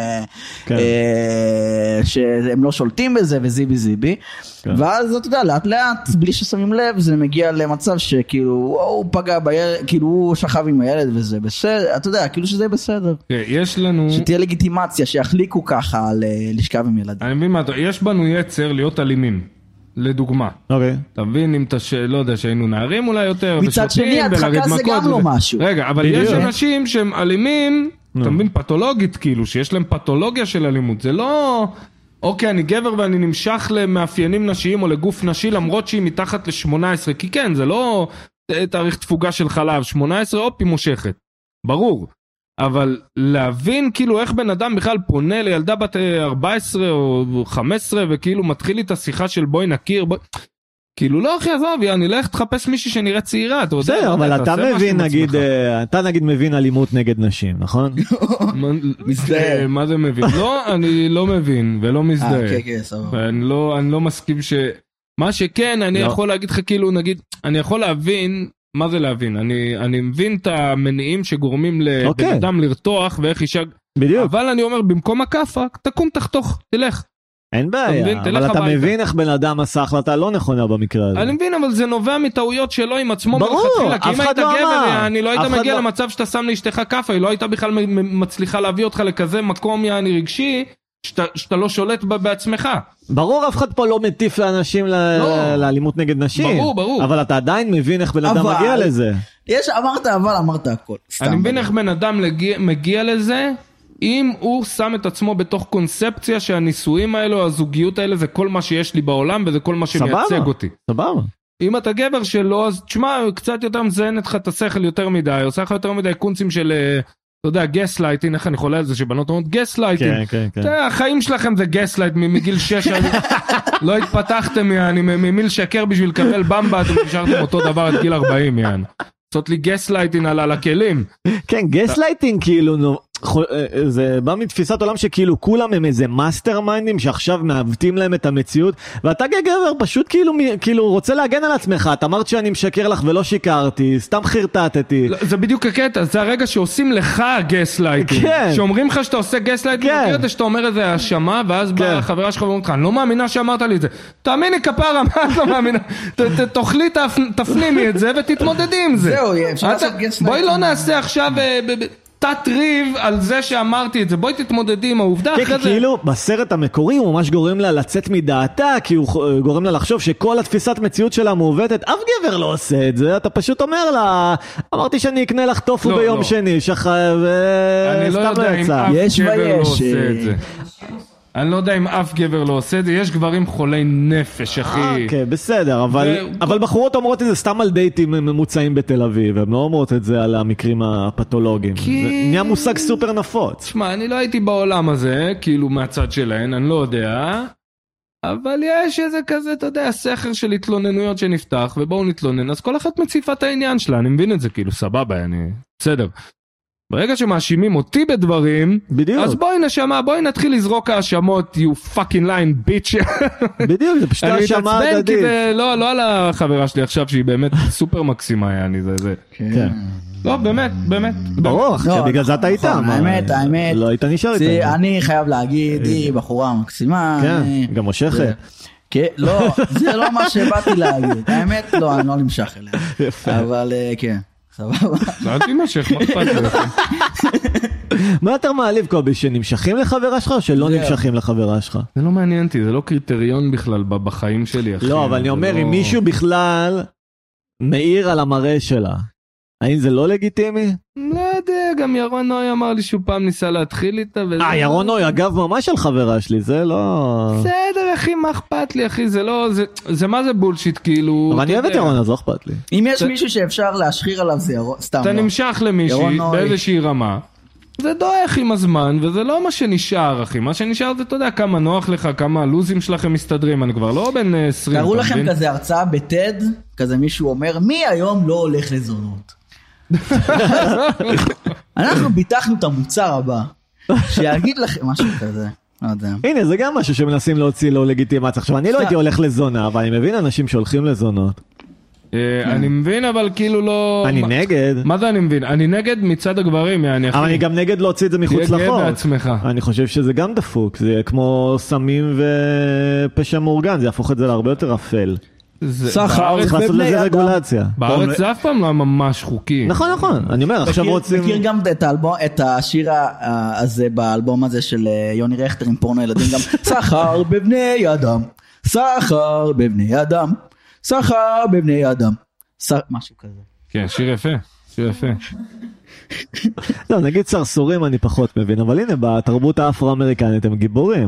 שהם לא שולטים בזה, וזיבי זיבי, ואז אתה יודע, לאט לאט, בלי ששמים לב, זה מגיע למצב שכאילו, הוא פגע בילד, כאילו, הוא שכב עם הילד, וזה בסדר, אתה יודע, כאילו שזה בסדר. יש לנו... שתהיה לגיטימציה, שיחליקו ככה לשכב עם ילדים. אני מבין מה, יש בנו יצר להיות אלימים. לדוגמה. אוקיי. אתה מבין אם אתה לא יודע שהיינו נערים אולי יותר, מצד שני, הדחקה זה גם לא משהו. רגע, אבל יש אנשים שהם אלימים, אתה מבין, פתולוגית כאילו, שיש להם פתולוגיה של אלימות. זה לא, אוקיי, אני גבר ואני נמשך למאפיינים נשיים או לגוף נשי, למרות שהיא מתחת ל-שמונה עשרה, כי כן, זה לא תאריך תפוגה של חלב, שמונה עשרה אופי מושכת. ברור. אבל להבין כאילו איך בן אדם בכלל פונה לילדה בת ארבע עשרה או חמש עשרה וכאילו מתחיל לי את השיחה של בואי נכיר, בואי... כאילו לא אחי עזוב, אני אלך תחפש מישהי שנראה צעירה, אתה יודע. בסדר, אבל אתה מבין נגיד, אתה נגיד מבין אלימות נגד נשים, נכון? מזדהה. מה זה מבין? לא, אני לא מבין ולא מזדהה. אה, כן, כן, סבבה. אני לא מסכים ש... מה שכן, אני יכול להגיד לך כאילו, נגיד, אני יכול להבין... מה זה להבין? אני, אני מבין את המניעים שגורמים לבן okay. אדם לרתוח ואיך אישה... בדיוק. אבל אני אומר, במקום הקפה, תקום תחתוך, תלך. אין בעיה, מבין, אבל אתה הביתה. מבין איך בן אדם עשה החלטה לא נכונה במקרה הזה. אני מבין, אבל זה נובע מטעויות שלו עם עצמו. ברור, כי אם היית לא גבר, אני לא היית מגיע לא... למצב שאתה שם לאשתך קפה, היא לא הייתה בכלל מצליחה להביא אותך לכזה מקום יעני רגשי, שאתה, שאתה לא שולט בעצמך. ברור, אף אחד פה לא מטיף לאנשים לא. לאלימות נגד נשים. ברור, ברור. אבל אתה עדיין מבין איך בן אדם מגיע לזה. יש, אמרת, אבל אמרת הכל. אני מבין איך בן אדם לגיע, מגיע לזה, אם הוא שם את עצמו בתוך קונספציה שהנישואים האלו, הזוגיות האלה, זה כל מה שיש לי בעולם, וזה כל מה שמייצג אותי. סבבה. אם אתה גבר שלא, אז תשמע, קצת יותר מזיין אותך את השכל יותר מדי, עושה לך יותר מדי קונצים של... אתה יודע, גסלייטינג, איך אני חולה על זה שבנות אומרות גסלייטינג. כן, כן, כן. החיים שלכם זה גסלייט מגיל שש, לא התפתחתם, יעני, ממיל שקר בשביל לקבל במבה, אתם נשארתם אותו דבר עד גיל ארבעים, יעני. זאת לי גסלייטינג על הכלים. כן, גסלייטינג כאילו, זה בא מתפיסת עולם שכאילו כולם הם איזה מאסטר מיינדים שעכשיו מעוותים להם את המציאות, ואתה גבר פשוט כאילו, כאילו רוצה להגן על עצמך, את אמרת שאני משקר לך ולא שיקרתי, סתם חרטטתי. זה בדיוק הקטע, זה הרגע שעושים לך גסלייטינג, שאומרים לך שאתה עושה גסלייטינג, וכאילו שאתה אומר איזה האשמה, ואז באה החברה שלך ואומרת לך, אני לא מאמינה שאמרת לי את זה, תאמיני כפרה, מה את לא מאמינה, תאכלי, תפנימי את זה ותתמודדי עם זה. זהו, אפשר לעשות גסלייטינג. בואי לא נעשה עכשיו תת ריב על זה שאמרתי את זה, בואי תתמודדי עם העובדה אחרי זה. כאילו בסרט המקורי הוא ממש גורם לה לצאת מדעתה, כי הוא גורם לה לחשוב שכל התפיסת מציאות שלה מעוותת, אף גבר לא עושה את זה, אתה פשוט אומר לה, אמרתי שאני אקנה לך טופו לא, ביום לא. שני, שחב, אני לא יודע אם אף יש גבר ויש. לא עושה את זה. אני לא יודע אם אף גבר לא עושה את זה, יש גברים חולי נפש, אחי. אוקיי, בסדר, אבל, ו... אבל בחורות אומרות את זה סתם על דייטים ממוצעים בתל אביב, הן לא אומרות את זה על המקרים הפתולוגיים. כי... זה נהיה מושג סופר נפוץ. תשמע, אני לא הייתי בעולם הזה, כאילו מהצד שלהן, אני לא יודע, אבל יש איזה כזה, אתה יודע, סכר של התלוננויות שנפתח, ובואו נתלונן, אז כל אחת מציפה את העניין שלה, אני מבין את זה, כאילו, סבבה, אני... בסדר. ברגע שמאשימים אותי בדברים, בדיוק. אז בואי נשמה, בואי נתחיל לזרוק האשמות, you fucking lying bitch. בדיוק, זה פשוט האשמה הדדית. אני מתעצבן, כי זה לא, לא על החברה שלי עכשיו, שהיא באמת סופר מקסימה, יעני, זה, זה. כן. לא, באמת, באמת. ברור, בגלל זה אתה איתה. האמת, האמת. לא היית נשאר איתה. אני חייב להגיד, היא בחורה מקסימה. כן, גם מושכת. כן, לא, זה לא מה שבאתי להגיד. האמת, לא, אני לא נמשך אליה. אבל כן. סבבה. לא תימשך, מה אכפת לכם? מה יותר מעליב קובי, שנמשכים לחברה שלך או שלא נמשכים לחברה שלך? זה לא מעניין אותי, זה לא קריטריון בכלל בחיים שלי. לא, אבל אני אומר, אם מישהו בכלל מעיר על המראה שלה, האם זה לא לגיטימי? לא יודע, גם ירון נוי אמר לי שהוא פעם ניסה להתחיל איתה. אה, ירון נוי, אגב, ממש על חברה שלי, זה לא... בסדר, אחי, מה אכפת לי, אחי, זה לא... זה מה זה בולשיט, כאילו... אבל אני אוהב את ירון, אז לא אכפת לי. אם יש מישהו שאפשר להשחיר עליו, זה ירון, סתם לא. אתה נמשך למישהי באיזושהי רמה, זה דואך עם הזמן, וזה לא מה שנשאר, אחי. מה שנשאר זה, אתה יודע, כמה נוח לך, כמה הלוזים שלכם מסתדרים, אני כבר לא בן עשרים. קראו לכם כזה הרצאה בטד, כזה מישהו אומר, מי היום לא הולך לזונות? אנחנו ביטחנו את המוצר הבא שיגיד לכם משהו כזה, לא יודע. הנה, זה גם משהו שמנסים להוציא לו לגיטימציה. עכשיו, אני לא הייתי הולך לזונה, אבל אני מבין אנשים שהולכים לזונות. אני מבין, אבל כאילו לא... אני נגד. מה זה אני מבין? אני נגד מצד הגברים, יעני אחי. אבל אני גם נגד להוציא את זה מחוץ לחוק. תהיה גאה בעצמך. אני חושב שזה גם דפוק, זה כמו סמים ופשע מאורגן, זה יהפוך את זה להרבה יותר אפל. סחר צריך לעשות לזה רגולציה. בארץ זה אף פעם לא ממש חוקי. נכון, נכון, אני אומר, עכשיו רוצים... מכיר גם את השיר הזה באלבום הזה של יוני רכטר עם פורנו ילדים, גם סחר בבני אדם, סחר בבני אדם, סחר בבני אדם, משהו כזה. כן, שיר יפה, שיר יפה. לא, נגיד סרסורים אני פחות מבין, אבל הנה, בתרבות האפרו-אמריקנית הם גיבורים.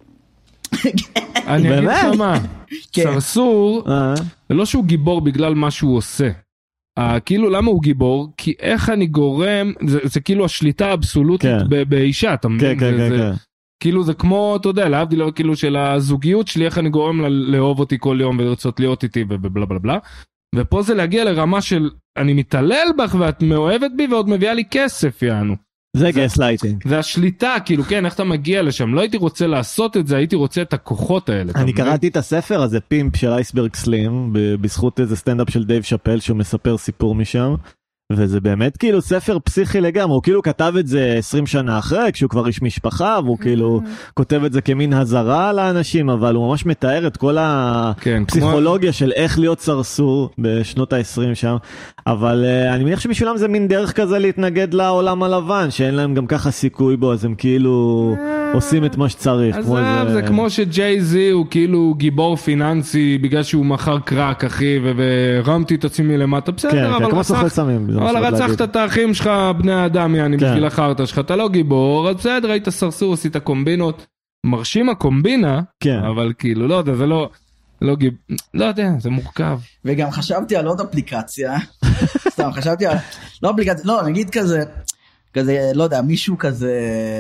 אני אגיד לך מה, סרסור, זה לא שהוא גיבור בגלל מה שהוא עושה. כאילו למה הוא גיבור? כי איך אני גורם, זה כאילו השליטה האבסולוטית באישה, אתה מבין? כאילו זה כמו, אתה יודע, להבדיל כאילו של הזוגיות שלי, איך אני גורם לאהוב אותי כל יום ולרצות להיות איתי ובלה בלה בלה. ופה זה להגיע לרמה של אני מתעלל בך ואת מאוהבת בי ועוד מביאה לי כסף, יענו. זה גסלייטינג. זה השליטה, כאילו כן, איך אתה מגיע לשם? לא הייתי רוצה לעשות את זה, הייתי רוצה את הכוחות האלה. אני קראתי את הספר הזה, פימפ של אייסברג סלים, בזכות איזה סטנדאפ של דייב שאפל, שהוא מספר סיפור משם, וזה באמת כאילו ספר פסיכי לגמרי, הוא כאילו כתב את זה עשרים שנה אחרי, כשהוא כבר איש משפחה, והוא כאילו כותב את זה כמין הזרה לאנשים, אבל הוא ממש מתאר את כל הפסיכולוגיה של איך להיות סרסור בשנות ה-עשרים שם, אבל אני מניח שבשבילם זה מין דרך כזה להתנגד לעולם הלבן, שאין להם גם ככה סיכוי בו, אז הם כאילו עושים את מה שצריך. זה כמו שג'יי זי הוא כאילו גיבור פיננסי, בגלל שהוא מכר קרק, אחי, ורמתי את עצמי למטה, בסדר, אבל כמו סוחר סמים. אבל רצחת את האחים שלך, בני האדם, יעני, בשביל החרטה שלך, אתה לא גיבור, אז בסדר, היית סרסור, עשית קומבינות, מרשים הקומבינה, אבל כאילו, לא יודע, זה לא, לא גיב, לא יודע, זה מורכב. וגם חשבתי על עוד אפליקציה, סתם, חשבתי על, לא אפליקציה, לא, נגיד כזה, כזה, לא יודע, מישהו כזה,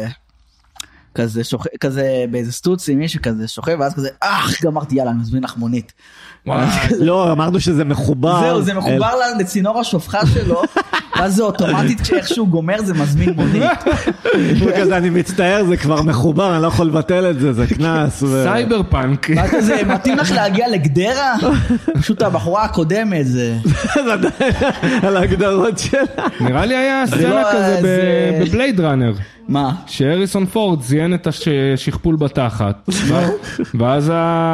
כזה שוכב, כזה באיזה סטוצי, מישהו כזה שוכב, ואז כזה, אך, גמרתי, יאללה, אני מזמין לך מונית. לא, אמרנו שזה מחובר. זהו, זה מחובר לצינור השופחה שלו, ואז זה אוטומטית כשאיכשהו גומר זה מזמין מונית. וכזה אני מצטער, זה כבר מחובר, אני לא יכול לבטל את זה, זה כנס. סייבר פאנק. מה כזה, מתאים לך להגיע לגדרה? פשוט הבחורה הקודמת זה. על ההגדרות שלה. נראה לי היה סצנה כזה בבלייד ראנר. מה? שהריסון פורד זיין את השכפול בתחת, ואז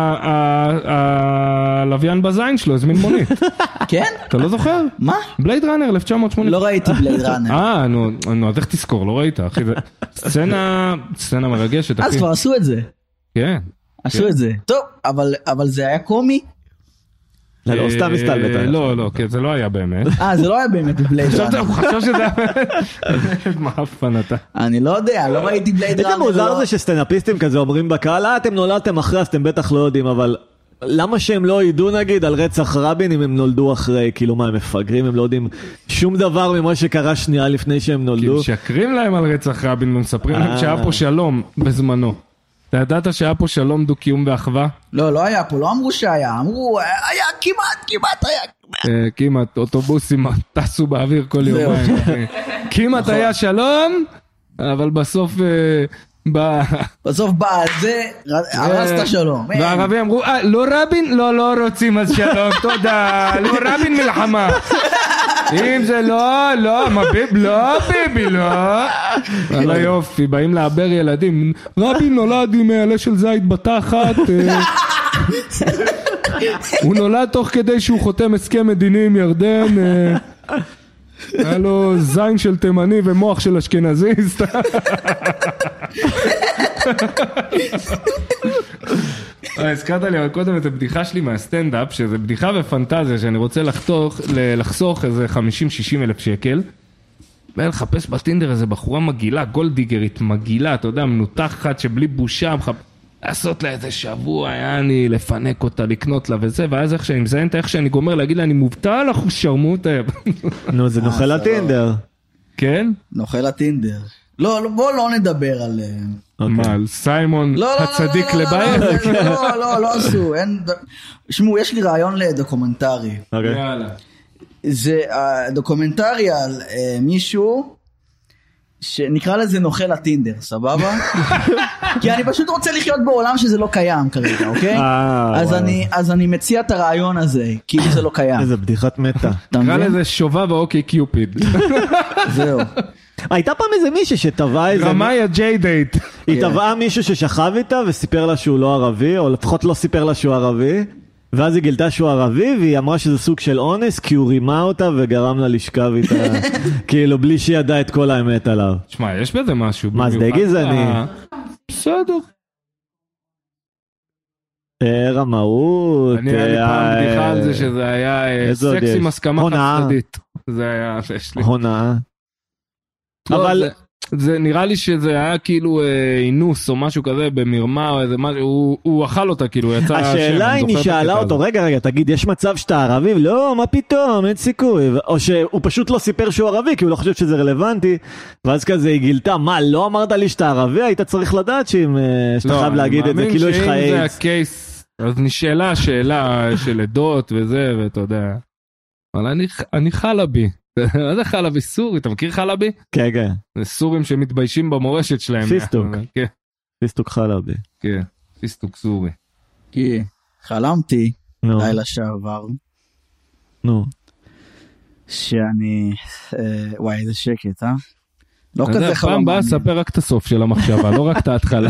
הלוויין בזין שלו הזמין מונית. כן? אתה לא זוכר? מה? בלייד ראנר אלף תשע מאות שמונים. לא ראיתי בלייד ראנר. אה, נו, אז איך תזכור, לא ראית, אחי. סצנה, סצנה מרגשת, אחי. אז כבר עשו את זה. כן. עשו את זה. טוב, אבל זה היה קומי? לא, סתם מסתלבט. לא, לא, כי זה לא היה באמת. אה, זה לא היה באמת בבלייד ראנר. הוא חשב שזה היה באמת. מה אופן אתה? אני לא יודע, לא ראיתי בלייד ראנר. איזה מוזר זה שסטנאפיסטים כזה אומרים בקהל, אה, אתם נולדתם אחרי, אז אתם בטח לא יודעים, אבל למה שהם לא ידעו נגיד על רצח רבין אם הם נולדו אחרי, כאילו מה הם מפגרים, הם לא יודעים שום דבר ממה שקרה שנייה לפני שהם נולדו. כי משקרים להם על רצח רבין ומספרים להם שהיה פה שלום בזמנו. אתה ידעת שהיה פה שלום דו-קיום ואחווה? לא, לא היה פה, לא אמרו שהיה, אמרו, היה כמעט, כמעט היה. כמעט, אוטובוסים טסו באוויר כל יום. כמעט היה שלום, אבל בסוף... בסוף בא זה, הרסת שלום. והערבים אמרו, לא רבין? לא, לא רוצים אז שלום, תודה. לא רבין מלחמה. אם זה לא, לא, מה ביב, לא ביבי, לא. על היופי, באים לעבר ילדים. רבין נולד עם מעלה של זית בתחת. הוא נולד תוך כדי שהוא חותם הסכם מדיני עם ירדן. היה לו זין של תימני ומוח של אשכנזיסט. הזכרת לי אבל קודם את הבדיחה שלי מהסטנדאפ, שזה בדיחה ופנטזיה שאני רוצה לחתוך, לחסוך איזה חמישים שישים אלף שקל ולחפש בטינדר איזה בחורה מגילה, גולדיגרית מגילה, אתה יודע, מנותחת שבלי בושה, מחפ... לעשות לה איזה שבוע, היה אני לפנק אותה, לקנות לה וזה, ואז איך שאני מזיין את איך שאני גומר להגיד לה, אני מובטל לך שרמוטה. נו, זה נוכל לטינדר. כן? נוכל לטינדר. לא, בוא לא נדבר על... מה, על סיימון הצדיק לבית? לא, לא, לא עשו. שמעו, יש לי רעיון לדוקומנטרי. יאללה. זה דוקומנטרי על מישהו... שנקרא לזה נוכל הטינדר, סבבה? כי אני פשוט רוצה לחיות בעולם שזה לא קיים כרגע, אוקיי? אז אני מציע את הרעיון הזה, כאילו זה לא קיים. איזה בדיחת מתה. קרא לזה שובה באוקי קיופיד. זהו. הייתה פעם איזה מישהו שטבע איזה... רמאיה ג'יי דייט. היא טבעה מישהו ששכב איתה וסיפר לה שהוא לא ערבי, או לפחות לא סיפר לה שהוא ערבי, ואז היא גילתה שהוא ערבי, והיא אמרה שזה סוג של אונס, כי הוא רימה אותה וגרם לה לשכב איתה, כאילו בלי שהיא ידעה את כל האמת עליו. תשמע, יש בזה משהו. מה, זה די גזעני? בסדר. רמאות. אני היה לי פעם בדיחה על זה שזה היה סקס עם הסכמה חד-צדדית. זה היה... הונאה. אבל זה נראה לי שזה היה כאילו אינוס או משהו כזה במרמה או איזה משהו, הוא, הוא אכל אותה כאילו, יצא... השאלה אם היא שאלה אותו, רגע רגע תגיד יש מצב שאתה ערבי? לא, מה פתאום, אין סיכוי, או שהוא פשוט לא סיפר שהוא ערבי כי הוא לא חושב שזה רלוונטי, ואז כזה היא גילתה, מה לא אמרת לי שאתה ערבי? היית צריך לדעת שאתה חייב להגיד את זה, כאילו יש לך אייס. זה הקייס, אז נשאלה שאלה של עדות וזה ואתה יודע, אבל אני, אני חלבי. מה זה חלבי סורי? אתה מכיר חלבי? כן, כן. זה סורים שמתביישים במורשת שלהם. פיסטוק. פיסטוק חלבי. כן, פיסטוק סורי. כי חלמתי לילה שעבר. נו. שאני... וואי, איזה שקט, אה? לא כזה חלום. פעם באה ספר רק את הסוף של המחשבה, לא רק את ההתחלה.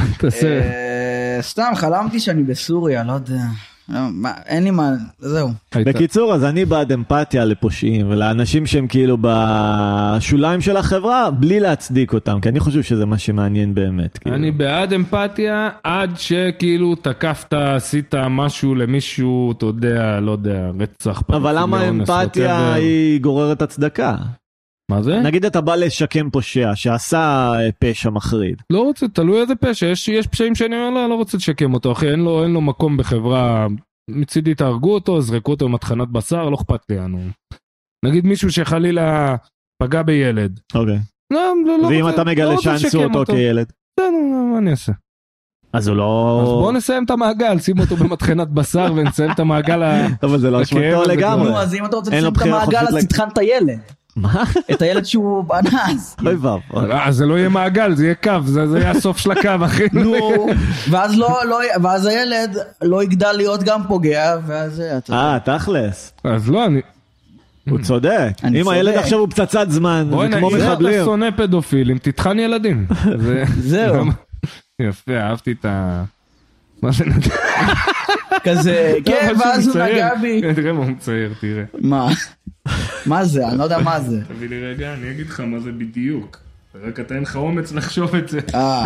סתם, חלמתי שאני בסוריה, לא יודע... אין לי מה, זהו. בקיצור, אז אני בעד אמפתיה לפושעים ולאנשים שהם כאילו בשוליים של החברה בלי להצדיק אותם, כי אני חושב שזה מה שמעניין באמת. אני בעד אמפתיה עד שכאילו תקפת, עשית משהו למישהו, אתה יודע, לא יודע, רצח. אבל למה אמפתיה היא גוררת הצדקה? מה זה? נגיד אתה בא לשקם פושע שעשה פשע מחריד. לא רוצה, תלוי איזה פשע, יש, יש פשעים שאני אומר, לא, לא רוצה לשקם אותו, אחי, אין לו, אין לו מקום בחברה, מצידי תהרגו אותו, זרקו אותו מתחנת בשר, לא אכפת לי, אנו. נגיד מישהו שחלילה פגע בילד. אוקיי. לא, לא, לא ואם רוצה, אתה מגלה לא שאנסו אותו, אותו כילד? לא, לא, מה אני אעשה? אז הוא לא... אז בוא נסיים את המעגל, שים אותו במתחנת בשר ונסיים את המעגל ה... אבל זה לא אשמתו לגמרי. נו, אז אם אתה רוצה לסיים את המעגל, אז תתחן את הילד. מה? את הילד שהוא בנס. אוי ואב. אז זה לא יהיה מעגל, זה יהיה קו, זה יהיה הסוף של הקו, אחי. נו, ואז הילד לא יגדל להיות גם פוגע, ואז... אה, תכלס. אז לא, אני... הוא צודק. אם הילד עכשיו הוא פצצת זמן, זה כמו מחבלים. בואי, אתה שונא פדופילים, תתחן ילדים. זהו. יפה, אהבתי את ה... מה זה נדע? כזה, כן, ואז הוא נגע בי. תראה מה הוא מצייר, תראה. מה? מה זה? אני לא יודע מה זה. תביא לי רגע, אני אגיד לך מה זה בדיוק. רק אתה אין לך אומץ לחשוב את זה. אה.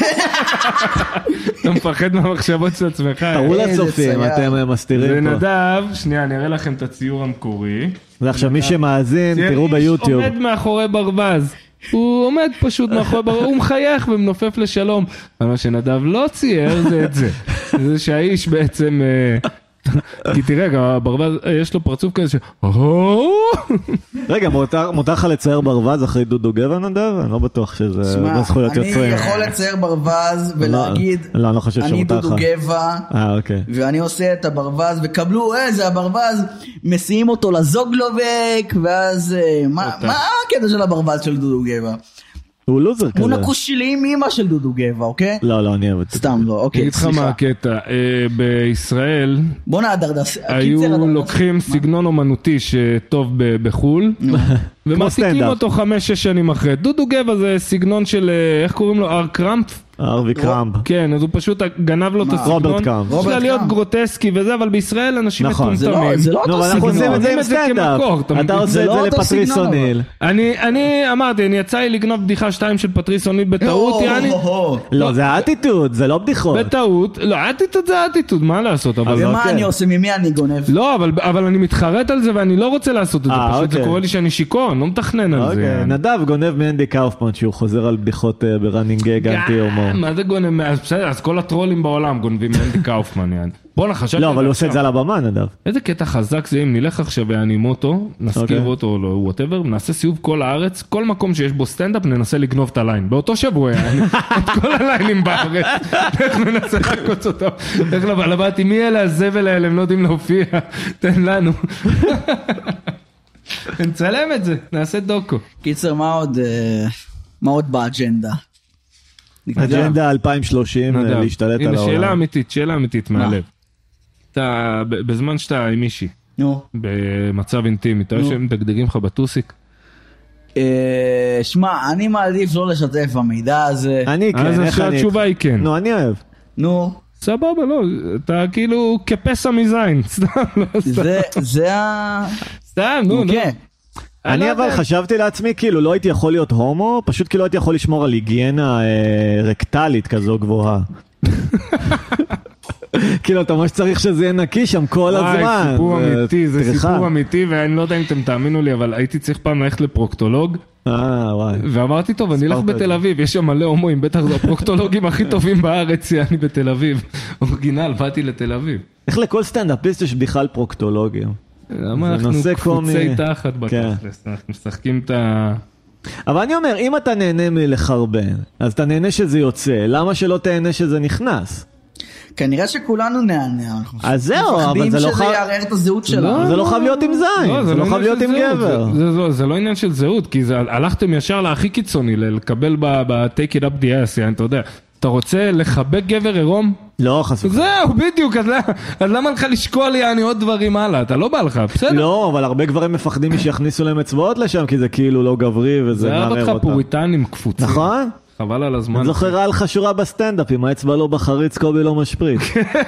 אתה מפחד מהמחשבות של עצמך. תראו לצופים, אתם מסתירים פה. זה נדב, שנייה, אני אראה לכם את הציור המקורי. זה עכשיו מי שמאזין, תראו ביוטיוב. עומד מאחורי ברווז. הוא עומד פשוט מאחורי ברווז, הוא מחייך ומנופף לשלום. אבל מה שנדב לא צייר זה את זה. זה שהאיש בעצם... כי תראה, גם הברווז, יש לו פרצוף כזה ש... רגע, מותר לך לצייר ברווז אחרי דודו גבע נדב? אני לא בטוח שזה בזכויות יוצרים. אני יכול לצייר ברווז ולהגיד, אני דודו גבע, ואני עושה את הברווז, וקבלו, אה, זה הברווז, מסיעים אותו לזוגלובק, ואז, מה הקטע של הברווז של דודו גבע? הוא לוזר כזה. הוא נקוש שלי עם אמא של דודו גבע, אוקיי? לא, לא, אני אוהב את זה. סתם לא, אוקיי, סליחה. אני אגיד לך מה הקטע, בישראל, בוא נעדרדס, היו לוקחים סגנון אומנותי שטוב בחול, ומעתיקים אותו חמש, שש שנים אחרי. דודו גבע זה סגנון של, איך קוראים לו? אר קראמפ? ארווי קראמפ. כן, אז הוא פשוט גנב לו את הסגנון. רוברט קראמפ. יש לה להיות גרוטסקי וזה, אבל בישראל אנשים מטומטמים. זה לא אותו סגנון. אנחנו עושים את זה עם סטנדאפ. אתה עושה את זה לפטריס אוניל. אני אמרתי, אני יצא לי לגנוב בדיחה שתיים של פטריס אוניל בטעות, יעני. לא, זה האטיטוד, זה לא בדיחות. בטעות, לא, האטיטוד זה האטיטוד, מה לעשות? ומה אני עושה, ממי אני גונב? לא, אבל אני מתחרט על זה ואני לא רוצה לעשות את זה, פשוט זה קורה לי שאני שיקון, לא מתכנן על זה. נדב גונב מאנדי קאופמן שהוא חוזר על בדיחות ברנינג גג אנטי הומור. מה זה גונב? אז בסדר, אז כל הטרולים בעולם גונבים מאנדי קאופמן, יעני. בוא נחשב... לא, אבל הוא עושה את זה על הבמה, נדב. איזה קטע חזק זה אם נלך עכשיו ואנימו אותו, נזכיר אותו או whatever, נעשה סיבוב כל הארץ, כל מקום שיש בו סטנדאפ ננסה לגנוב את הליין. באותו שבוע, את כל הליינים בארץ. איך ננסה לקוץ אותו? איך לבעל הבאתי, מי אלה הזבל האלה, הם לא יודעים להופיע. תן לנו. נצלם את זה, נעשה דוקו. קיצר, מה עוד, מה עוד באג'נדה? אג'נדה אלפיים ושלושים, להשתלט על העולם. הנה, שאלה אמיתית, שאלה אמיתית מהלב. אתה, בזמן שאתה עם מישהי, במצב אינטימי, אתה יושב מדגדגים לך בטוסיק? שמע, אני מעדיף לא לשתף במידע הזה. אני כן, איך אני... התשובה היא כן. נו, אני אוהב. נו. סבבה, לא, אתה כאילו כפסע מזין, סתם, לא סתם. זה ה... סתם, נו, נו. אני אבל חשבתי לעצמי, כאילו, לא הייתי יכול להיות הומו, פשוט כאילו הייתי יכול לשמור על היגיינה רקטלית כזו גבוהה. כאילו, אתה ממש צריך שזה יהיה נקי שם כל הזמן. וואי, סיפור אמיתי, זה סיפור אמיתי, ואני לא יודע אם אתם תאמינו לי, אבל הייתי צריך פעם ללכת לפרוקטולוג, ואמרתי, טוב, אני אלך בתל אביב, יש שם מלא הומואים, בטח זה הפרוקטולוגים הכי טובים בארץ, אני בתל אביב. אורגינל, באתי לתל אביב. איך לכל סטנדאפיסט יש בכלל פרוקטולוגים? למה אנחנו קפוצי תחת בתכלס, אנחנו משחקים את ה... אבל אני אומר, אם אתה נהנה מלחרבן, אז אתה נהנה שזה יוצא, למה שלא תהנה שזה נכנס? כנראה שכולנו נהנה. אז זהו, אבל זה לא חייב... שזה יערער את הזהות שלנו. זה לא חייב להיות עם זין, זה לא חייב להיות עם גבר. זה לא עניין של זהות, כי הלכתם ישר להכי קיצוני, לקבל ב-take it up the ass, אתה יודע. אתה רוצה לחבק גבר עירום? לא, חסוך. זהו, בדיוק, אז למה לך לשקול לי אני עוד דברים הלאה? אתה לא בא לך, בסדר? לא, אבל הרבה גברים מפחדים שיכניסו להם אצבעות לשם, כי זה כאילו לא גברי וזה מערער אותם. זה היה אותך פוריטנים קפוצים. נכון? חבל על הזמן. אני זוכר על חשורה בסטנדאפ, אם האצבע לא בחריץ, קובי לא משפריץ.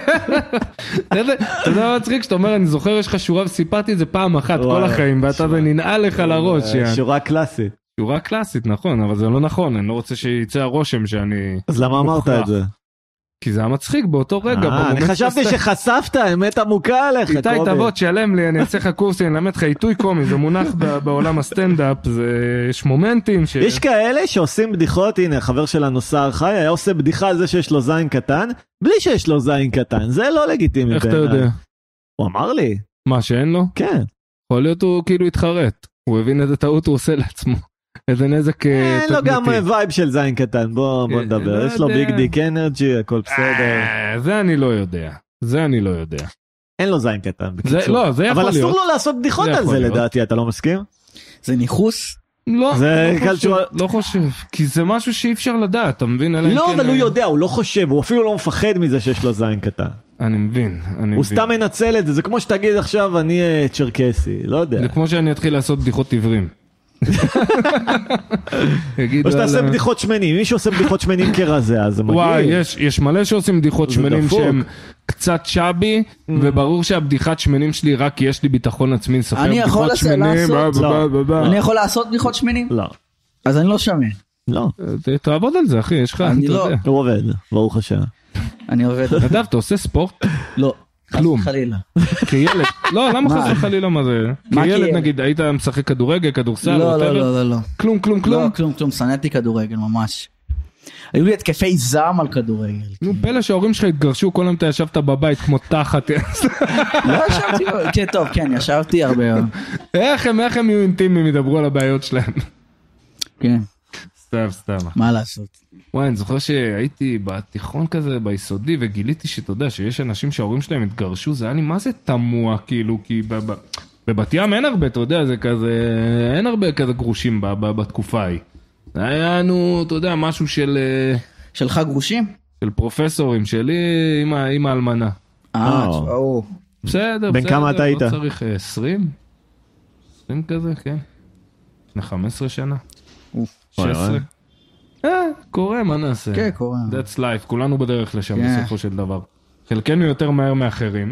אתה יודע מה מצחיק? שאתה אומר, אני זוכר יש לך שורה וסיפרתי את זה פעם אחת כל החיים, ואתה זה ננעל לך לראש. שורה קלאסית. שורה קלאסית, נכון, אבל זה לא נכון, אני לא רוצה שיצא הרושם שאני... אז למה אמרת את זה? כי זה היה מצחיק באותו רגע. אני חשבתי שחשפת, האמת עמוקה עליך. איתי תבוא, תשלם לי, אני אעשה לך קורסי, אני אלמד לך עיתוי קומי, זה מונח בעולם הסטנדאפ, יש מומנטים. יש כאלה שעושים בדיחות, הנה, חבר שלנו סער חי, היה עושה בדיחה על זה שיש לו זין קטן, בלי שיש לו זין קטן, זה לא לגיטימי. איך אתה יודע? הוא אמר לי. מה, שאין לו? כן. יכול להיות הוא כאילו התחרט, הוא הבין איזה טעות הוא עושה לעצמו. איזה נזק תדמיתי. אין לו גם וייב של זין קטן, בוא נדבר. יש לו ביג דיק אנרג'י, הכל בסדר. זה אני לא יודע. זה אני לא יודע. אין לו זין קטן, בקיצור. לא, זה יכול להיות. אבל אסור לו לעשות בדיחות על זה לדעתי, אתה לא מסכים? זה ניחוס? לא, לא חושב. כי זה משהו שאי אפשר לדעת, אתה מבין? לא, אבל הוא יודע, הוא לא חושב, הוא אפילו לא מפחד מזה שיש לו זין קטן. אני מבין, אני מבין. הוא סתם מנצל את זה, זה כמו שתגיד עכשיו, אני צ'רקסי, לא יודע. זה כמו שאני אתחיל לעשות בדיחות עיוורים. או שאתה עושה בדיחות שמנים, מי שעושה בדיחות שמנים כרזה, אז זה מגיע. וואי, יש מלא שעושים בדיחות שמנים שהם קצת שבי, וברור שהבדיחת שמנים שלי רק כי יש לי ביטחון עצמי לספר בדיחות שמנים. אני יכול לעשות בדיחות שמנים? לא. אז אני לא שמן. לא. תעבוד על זה, אחי, יש לך, אני לא. הוא עובד, ברוך השם. אני עובד. נדב, אתה עושה ספורט? לא. כלום. חלילה. כילד. לא, למה חס וחלילה מה זה? כילד נגיד, היית משחק כדורגל, כדורסל? לא, לא, לא, לא. כלום, כלום, כלום? לא, כלום, כלום. שנאתי כדורגל, ממש. היו לי התקפי זעם על כדורגל. נו, פלא שההורים שלך התגרשו, כל היום אתה ישבת בבית כמו תחת. לא ישבתי, כן, טוב, כן, ישבתי הרבה. איך הם, איך הם יהיו אינטימיים, ידברו על הבעיות שלהם? כן. סתם, סתם. מה לעשות? וואי, אני זוכר שהייתי בתיכון כזה, ביסודי, וגיליתי שאתה יודע שיש אנשים שההורים שלהם התגרשו, זה היה לי מה זה תמוה, כאילו, כי בבת ים אין הרבה, אתה יודע, זה כזה, אין הרבה כזה גרושים בתקופה ההיא. זה היה לנו, אתה יודע, משהו של... שלך גרושים? של פרופסורים, שלי עם האלמנה. אה, או. בסדר, בן כמה אתה היית? לא צריך עשרים? עשרים כזה, כן. לפני חמש עשרה שנה. שש עשרה. אה, קורה, מה נעשה? כן, קורה. That's life, כולנו בדרך לשם בסופו של דבר. חלקנו יותר מהר מאחרים.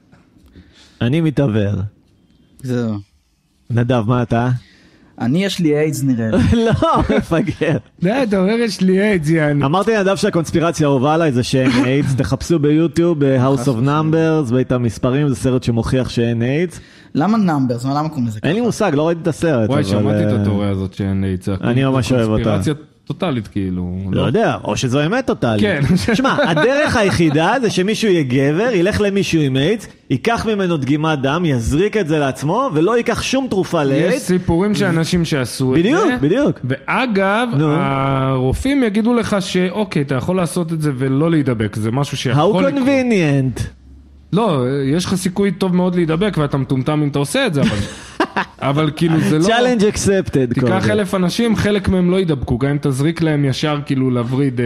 אני מתעבר. זהו. נדב, מה אתה? אני יש לי איידס נראה. לא, מפגר. די, אתה אומר יש לי איידס, יעני. אמרתי נדב שהקונספירציה הובה עליי זה שאין איידס, תחפשו ביוטיוב, House of Numbers, בית המספרים, זה סרט שמוכיח שאין איידס. למה נאמברס? למה קוראים לזה ככה? אין לי מושג, לא ראיתי את הסרט. וואי, שמעתי את התיאוריה הזאת שאין איידס. אני ממש אוהב אותה. קונספירציה טוטלית כאילו. לא יודע, או שזו אמת טוטלית. כן. שמע, הדרך היחידה זה שמישהו יהיה גבר, ילך למישהו עם איידס, ייקח ממנו דגימת דם, יזריק את זה לעצמו, ולא ייקח שום תרופה לאיידס. יש סיפורים של אנשים שעשו את זה. בדיוק, בדיוק. ואגב, הרופאים יגידו לך שאוקיי, אתה יכול לעשות את זה ולא להידבק, זה משהו שיכול לקרות. How convenient. לא, יש לך סיכוי טוב מאוד להידבק, ואתה מטומטם אם אתה עושה את זה, אבל... אבל כאילו זה לא... challenge accepted. תיקח אלף אנשים, חלק מהם לא ידבקו, גם אם תזריק להם ישר כאילו להבריד...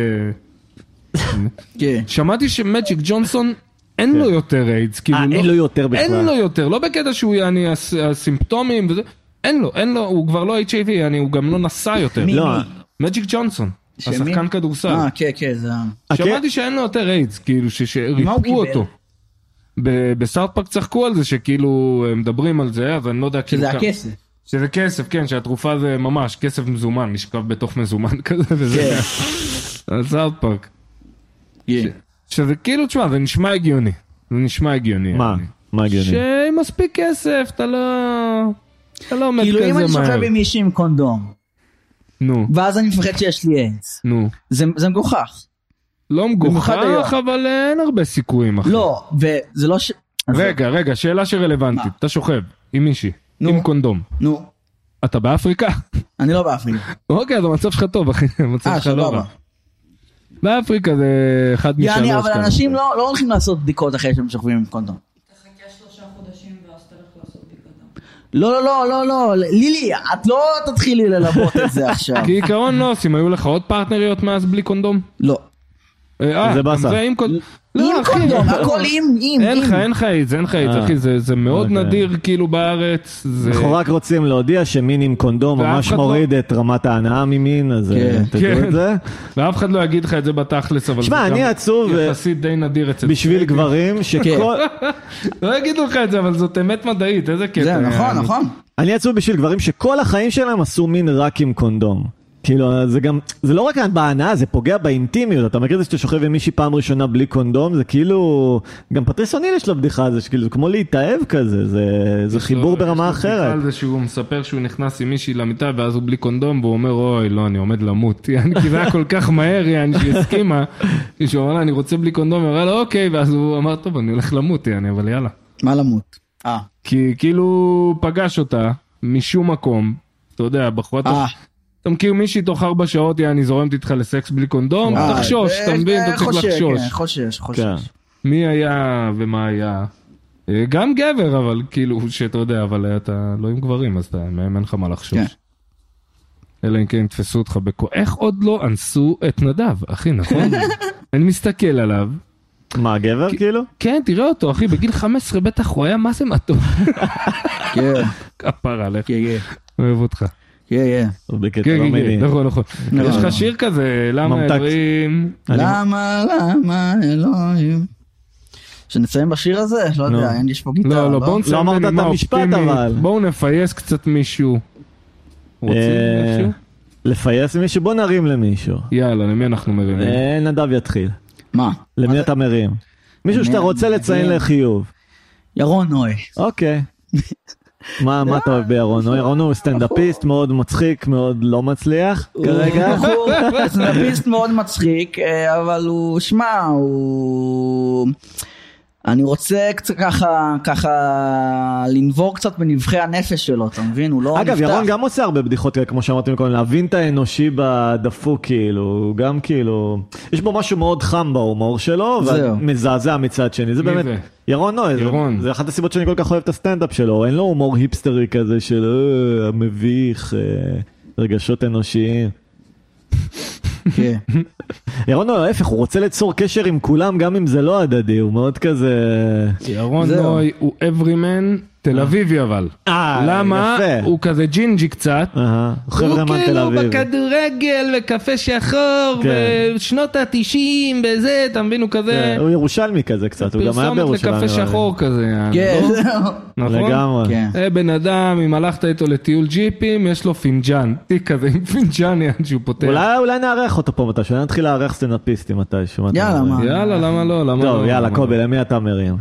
שמעתי שמג'יק ג'ונסון אין לו יותר איידס. אין לו יותר בכלל. אין לו יותר, לא בקטע שהוא יעני הסימפטומים וזה. אין לו, אין לו, הוא כבר לא אייץ' איי וי, הוא גם לא נסע יותר. מג'יק ג'ונסון. השחקן כדורסל. אה, כן, כן, זה... שמעתי שאין לו יותר איידס, כאילו שריפאו אותו. בסארט פארק צחקו על זה, שכאילו הם מדברים על זה, אז אני לא יודע... שזה הכסף. שזה כסף, כן, שהתרופה זה ממש כסף מזומן, משכב בתוך מזומן כזה, וזה... סארט פארק. שזה כאילו, תשמע, זה נשמע הגיוני. זה נשמע הגיוני. מה? מה הגיוני? שעם מספיק כסף, אתה לא... אתה לא עומד כזה מהר. כאילו אם אני שוכב עם מישהי עם קונדום, נו. ואז אני מפחד שיש לי איידס. נו. זה מגוחך. לא מגוחך, אבל אין הרבה סיכויים, אחי. לא, וזה לא ש... רגע, רגע, שאלה שרלוונטית. אתה שוכב עם מישהי, עם קונדום. נו. אתה באפריקה? אני לא באפריקה. אוקיי, אז המצב שלך טוב, אחי. המצב שלך לא רע. באפריקה זה אחד משלוש. יעני, אבל אנשים לא הולכים לעשות בדיקות אחרי שהם שוכבים עם קונדום. תחכה שלושה חודשים ואז תלך לעשות בדיקות. לא, לא, לא, לא, לא, לילי, את לא תתחילי ללבות את זה עכשיו. כי עיקרון לא עושים, היו לך עוד פרטנריות מאז בלי קונדום? לא. אה, זה עם קונדום. עם קונדום, הכל עם, עם, אין לך, אין לך איץ, אין לך איץ, אחי, זה מאוד נדיר כאילו בארץ. אנחנו רק רוצים להודיע שמין עם קונדום ממש מוריד את רמת ההנאה ממין, אז תדעו את זה. ואף אחד לא יגיד לך את זה בתכלס, אבל שמע, אני עצוב יחסית די נדיר אצל... בשביל גברים שכל... לא יגידו לך את זה, אבל זאת אמת מדעית, איזה קטע. זה נכון, נכון. אני עצוב בשביל גברים שכל החיים שלהם עשו מין רק עם קונדום. כאילו, זה גם, זה לא רק בהנאה, זה פוגע באינטימיות. אתה מכיר את זה שאתה שוכב עם מישהי פעם ראשונה בלי קונדום, זה כאילו, גם פטריס אוניל יש לו בדיחה, זה כאילו, כמו להתאהב כזה, זה, זה חיבור ברמה אחרת. יש לו בדיחה על זה שהוא מספר שהוא נכנס עם מישהי למיטה, ואז הוא בלי קונדום, והוא אומר, אוי, לא, אני עומד למות. כי זה היה כל כך מהר, יעני, שהיא הסכימה, שהוא אמר לה, אני רוצה בלי קונדום, הוא אמר לה, אוקיי, ואז הוא אמר, טוב, אני הולך למות, יעני, אבל יאללה. מה למות? אה. כי כאילו פגש אותה משום מקום, אתה יודע, בחורת... אתה מכיר מישהי תוך ארבע שעות, אני זורמת איתך לסקס בלי קונדום, תחשוש, אתה מבין, אתה צריך לחשוש. חושש, חושש. מי היה ומה היה. גם גבר, אבל כאילו, שאתה יודע, אבל אתה לא עם גברים, אז אין לך מה לחשוש. אלא אם כן תפסו אותך בקו... איך עוד לא אנסו את נדב, אחי, נכון? אני מסתכל עליו. מה, גבר כאילו? כן, תראה אותו, אחי, בגיל חמש עשרה בטח הוא היה, מה זה מתוק? כן. כפר עליך. כן, כן. אוהב אותך. כן, כן. נכון, נכון. יש לך שיר כזה, למה אלוהים? למה, למה אלוהים? שנסיים בשיר הזה? לא יודע, אין לי שפה גיטרה. לא, לא, בואו נסיים. לא אמרת את המשפט אבל. בואו נפייס קצת מישהו. רוצים מישהו? לפייס מישהו? בואו נרים למישהו. יאללה, למי אנחנו מרימים? נדב יתחיל. מה? למי אתה מרים? מישהו שאתה רוצה לציין לחיוב. ירון נוי. אוקיי. מה, מה אתה אוהב בירון? ירון הוא סטנדאפיסט מאוד מצחיק, מאוד לא מצליח כרגע. הוא סטנדאפיסט מאוד מצחיק, אבל הוא, שמע, הוא... אני רוצה קצת ככה, ככה לנבור קצת בנבחי הנפש שלו, אתה מבין? הוא לא נפתח. אגב, ירון גם עושה הרבה בדיחות, כמו שאמרתי מקודם, להבין את האנושי בדפוק, כאילו, הוא גם כאילו, יש בו משהו מאוד חם בהומור שלו, ומזעזע מצד שני, זה באמת, ירון נוי, זה אחת הסיבות שאני כל כך אוהב את הסטנדאפ שלו, אין לו הומור היפסטרי כזה של מביך, רגשות אנושיים. ירון נוי, ההפך, הוא רוצה ליצור קשר עם כולם, גם אם זה לא הדדי, הוא מאוד כזה... ירון נוי הוא everyman תל אביבי אבל. למה? הוא כזה ג'ינג'י קצת. הוא כאילו בכדורגל וקפה שחור בשנות ה-תשעים בזה, אתה מבין, הוא כזה... הוא ירושלמי כזה קצת, הוא גם היה בירושלמי. פרסומת לקפה שחור כזה. נכון? לגמרי. בן אדם, אם הלכת איתו לטיול ג'יפים, יש לו פינג'ן. תיק כזה עם פינג'ן שהוא פותח. אולי נערך אותו פה מתישהו, נתחיל לערך סטנדאפיסטים מתישהו. יאללה, מה? יאללה, למה לא? טוב, יאללה, קובי, למי אתה מרים?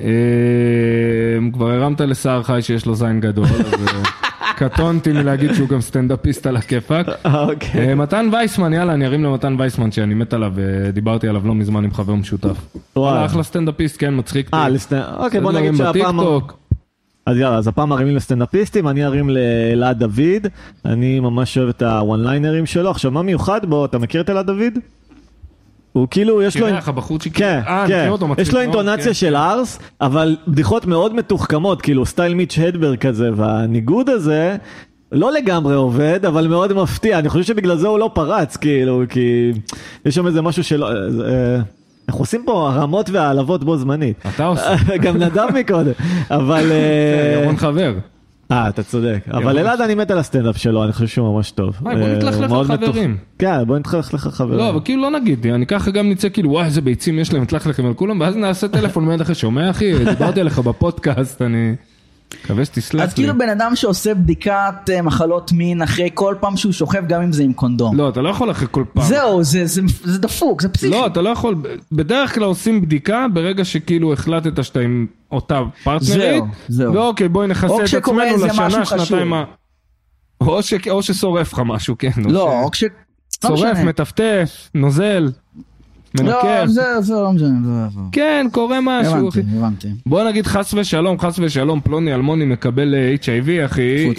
כבר הרמת לסער חי שיש לו זין גדול, אז קטונתי מלהגיד שהוא גם סטנדאפיסט על הכיפק. מתן וייסמן, יאללה, אני ארים למתן וייסמן שאני מת עליו, ודיברתי עליו לא מזמן עם חבר משותף. אחלה סטנדאפיסט, כן, מצחיק. אוקיי, בוא נגיד שהפעם... אז יאללה, אז הפעם מרימים לסטנדאפיסטים, אני ארים לאלעד דוד, אני ממש אוהב את הוואן ליינרים שלו. עכשיו, מה מיוחד בו? אתה מכיר את אלעד דוד? הוא כאילו, יש לו... תראה לך בחורצ'יק. כן, כן. יש לו אינטונציה של ארס, אבל בדיחות מאוד מתוחכמות, כאילו סטייל מיץ' הדברג כזה, והניגוד הזה לא לגמרי עובד, אבל מאוד מפתיע. אני חושב שבגלל זה הוא לא פרץ, כאילו, כי יש שם איזה משהו שלא... אנחנו עושים פה הרמות והעלבות בו זמנית. אתה עושה. גם נדב מקודם, אבל... ירון חבר. אה, אתה צודק. אבל אלעד אני מת על הסטנדאפ שלו, אני חושב שהוא ממש טוב. בוא נתלך לך חברים. כן, בוא נתלך לך חברים. לא, אבל כאילו לא נגיד, אני ככה גם נצא כאילו, וואי, איזה ביצים יש להם, נתלך לכם על כולם, ואז נעשה טלפון מיד אחרי, שומע אחי, דיברתי עליך בפודקאסט, אני... מקווה שתסלח לי. אז כאילו בן אדם שעושה בדיקת מחלות מין אחרי כל פעם שהוא שוכב, גם אם זה עם קונדום. לא, אתה לא יכול אחרי כל פעם. זהו, זה, זה, זה דפוק, זה פסיכי. לא, אתה לא יכול, בדרך כלל עושים בדיקה ברגע שכאילו החלטת שאתה עם אותה פרטנרית, זהו, זהו. ואוקיי, בואי נחסה את עצמנו לשנה, שנתיים מה... או, ש... או ששורף לך משהו, כן. לא, או כש... שורף, מטפטף, נוזל. מנקר. לא, זה, זה לא משנה. כן, קורה משהו. הבנתי, הבנתי. בוא נגיד חס ושלום, חס ושלום, פלוני אלמוני מקבל אייץ' איי וי, אחי.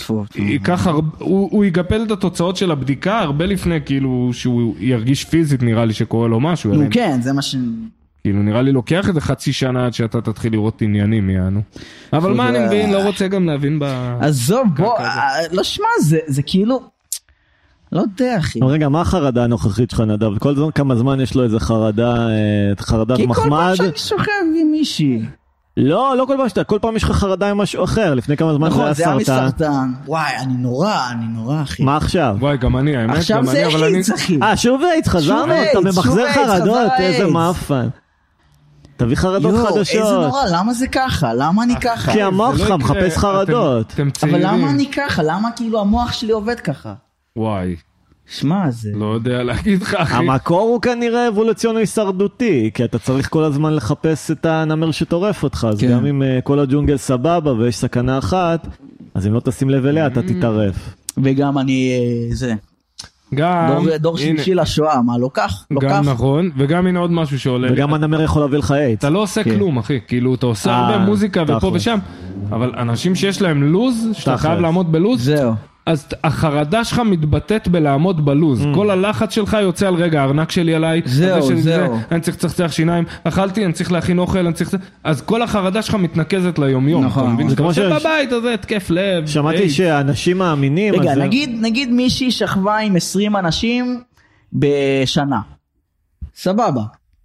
הוא יגפל את התוצאות של הבדיקה הרבה לפני, כאילו, שהוא ירגיש פיזית, נראה לי שקורה לו משהו. נו, כן, זה מה ש... כאילו, נראה לי לוקח איזה חצי שנה עד שאתה תתחיל לראות עניינים, יענו. אבל מה אני מבין? לא רוצה גם להבין ב... עזוב, בוא, לא שמע, זה כאילו... לא יודע, אחי. רגע, מה החרדה הנוכחית שלך, נדב? כל זמן כמה זמן יש לו איזה חרדה, חרדת מחמד? כי כל פעם שאני שוכב עם מישהי. לא, לא כל פעם שאתה, כל פעם יש לך חרדה עם משהו אחר, לפני כמה זמן זה היה סרטן. נכון, זה היה מסרטן. וואי, אני נורא, אני נורא, אחי. מה עכשיו? וואי, גם אני, האמת, עכשיו זה איץ, אחי. אה, שוב איץ, חזרנו? אתה ממחזר חרדות, איזה מאפן. תביא חרדות חדשות. יו, איזה נורא, למה זה ככה? למה אני ככה? כי המוח שלך מחפש חרדות. אבל למה אני ככה? למה כאילו המוח שלי עובד ככה? וואי. שמע, זה... לא יודע להגיד לך, אחי. המקור הוא כנראה אבולוציוני הישרדותי, כי אתה צריך כל הזמן לחפש את הנמר שטורף אותך, אז גם אם כל הג'ונגל סבבה ויש סכנה אחת, אז אם לא תשים לב אליה, אתה תתערף. וגם אני... זה... גם... דור שלישי לשואה, מה, לא כך? גם נכון, וגם הנה עוד משהו שעולה... וגם הנמר יכול להביא לך אייץ. אתה לא עושה כלום, אחי. כאילו, אתה עושה הרבה מוזיקה ופה ושם, אבל אנשים שיש להם לוז, שאתה חייב לעמוד בלוז, זהו. אז החרדה שלך מתבטאת בלעמוד בלוז. כל הלחץ שלך יוצא על רגע, הארנק שלי עליי. זהו, זהו. אני צריך לצחצח שיניים, אכלתי, אני צריך להכין אוכל, אני צריך... אז כל החרדה שלך מתנקזת ליום-יום. נכון. זה כמו שבבית הזה, התקף לב. שמעתי שאנשים מאמינים... רגע, נגיד מישהי שכבה עם עשרים אנשים בשנה. סבבה.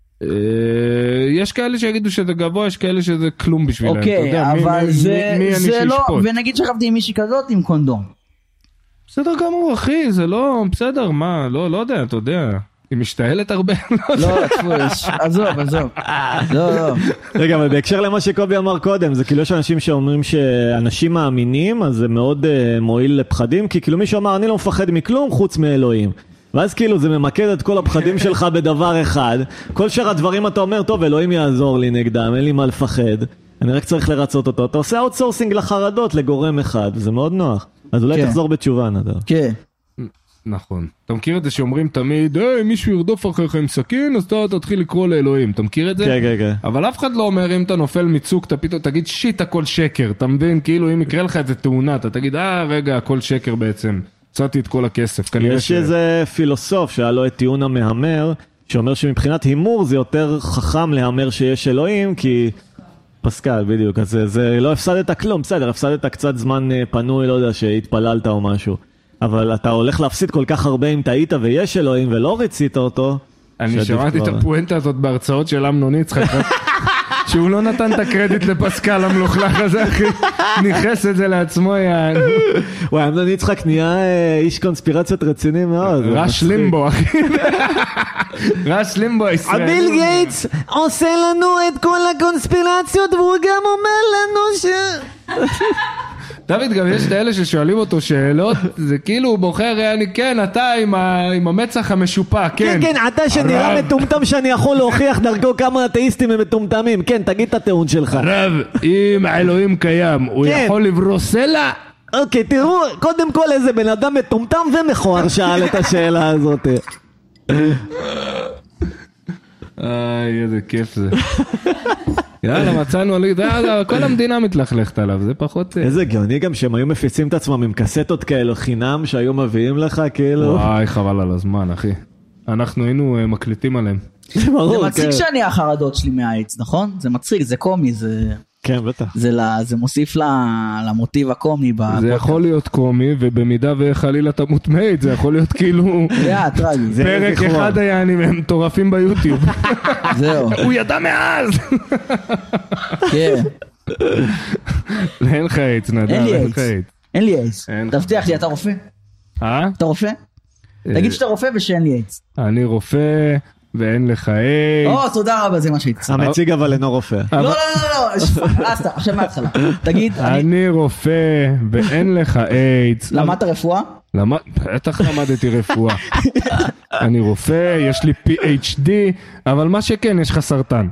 יש כאלה שיגידו שזה גבוה, יש כאלה שזה כלום בשבילם. אוקיי, אבל זה לא... ונגיד שכבתי עם מישהי כזאת עם קונדום. בסדר גמור, אחי, זה לא, בסדר, מה, לא, לא יודע, אתה יודע, היא משתעלת הרבה, לא, עזוב, עזוב, לא, לא. רגע, אבל בהקשר למה שקובי אמר קודם, זה כאילו יש אנשים שאומרים שאנשים מאמינים, אז זה מאוד מועיל לפחדים, כי כאילו מישהו אמר, אני לא מפחד מכלום חוץ מאלוהים. ואז כאילו זה ממקד את כל הפחדים שלך בדבר אחד, כל שאר הדברים אתה אומר, טוב, אלוהים יעזור לי נגדם, אין לי מה לפחד, אני רק צריך לרצות אותו, אתה עושה אאוטסורסינג לחרדות לגורם אחד, זה מאוד נוח. אז אולי תחזור בתשובה, נדב. כן. נכון. אתה מכיר את זה שאומרים תמיד, היי, מישהו ירדוף אחריך עם סכין, אז אתה תתחיל לקרוא לאלוהים. אתה מכיר את זה? כן, כן, כן. אבל אף אחד לא אומר, אם אתה נופל מצוק, אתה פתאום תגיד, שיט, הכל שקר. אתה מבין? כאילו, אם יקרה לך את זה תאונה, אתה תגיד, אה, רגע, הכל שקר בעצם. צאתי את כל הכסף. יש איזה פילוסוף שהיה לו את טיעון המהמר, שאומר שמבחינת הימור זה יותר חכם להמר שיש אלוהים, כי... פסקל, בדיוק, אז זה, זה לא הפסדת כלום, בסדר, הפסדת קצת זמן פנוי, לא יודע, שהתפללת או משהו, אבל אתה הולך להפסיד כל כך הרבה אם טעית ויש אלוהים ולא רצית אותו. אני שמעתי את הפואנטה הזאת בהרצאות של אמנון יצחק, שהוא לא נתן את הקרדיט לפסקל המלוכלך הזה, אחי, ניחס את זה לעצמו, יענו. וואי, אמנון יצחק נהיה איש קונספירציות רציני מאוד. רש לימבו, אחי. רש לימבו הישראלי. הביל גייטס עושה לנו את כל הקונספירציות, והוא גם אומר לנו ש... דוד, גם יש את האלה ששואלים אותו שאלות, זה כאילו הוא בוחר, אני כן, אתה עם המצח המשופע, כן. כן, כן, אתה שנראה מטומטם שאני יכול להוכיח דרכו כמה אתאיסטים הם מטומטמים, כן, תגיד את הטיעון שלך. רב, אם האלוהים קיים, הוא יכול לברוא סלע? אוקיי, תראו, קודם כל איזה בן אדם מטומטם ומכוער שאל את השאלה הזאת. איי, איזה כיף זה. יאללה, מצאנו, כל המדינה מתלכלכת עליו, זה פחות... איזה גאוני גם שהם היו מפיצים את עצמם עם קסטות כאלו חינם שהיו מביאים לך, כאילו... וואי, חבל על הזמן, אחי. אנחנו היינו מקליטים עליהם. זה מצחיק שאני החרדות שלי מהאיידס, נכון? זה מצחיק, זה קומי, זה... כן, בטח. זה מוסיף למוטיב הקומי. זה יכול להיות קומי, ובמידה וחלילה תמות מאיידס, זה יכול להיות כאילו... פרק אחד היה אני מטורפים ביוטיוב. זהו. הוא ידע מאז! כן. אין לך איידס, נדב. אין לי איידס. אין לי איידס. תבטיח לי, אתה רופא? אה? אתה רופא? תגיד שאתה רופא ושאין לי איידס. אני רופא ואין לך איידס. או, תודה רבה, זה מה שהייתי. המציג אבל אינו רופא. לא, לא, לא, לא, עכשיו מההתחלה. תגיד, אני רופא ואין לך איידס. למדת רפואה? בטח למדתי רפואה. אני רופא, יש לי פי אייץ' די, אבל מה שכן, יש לך סרטן.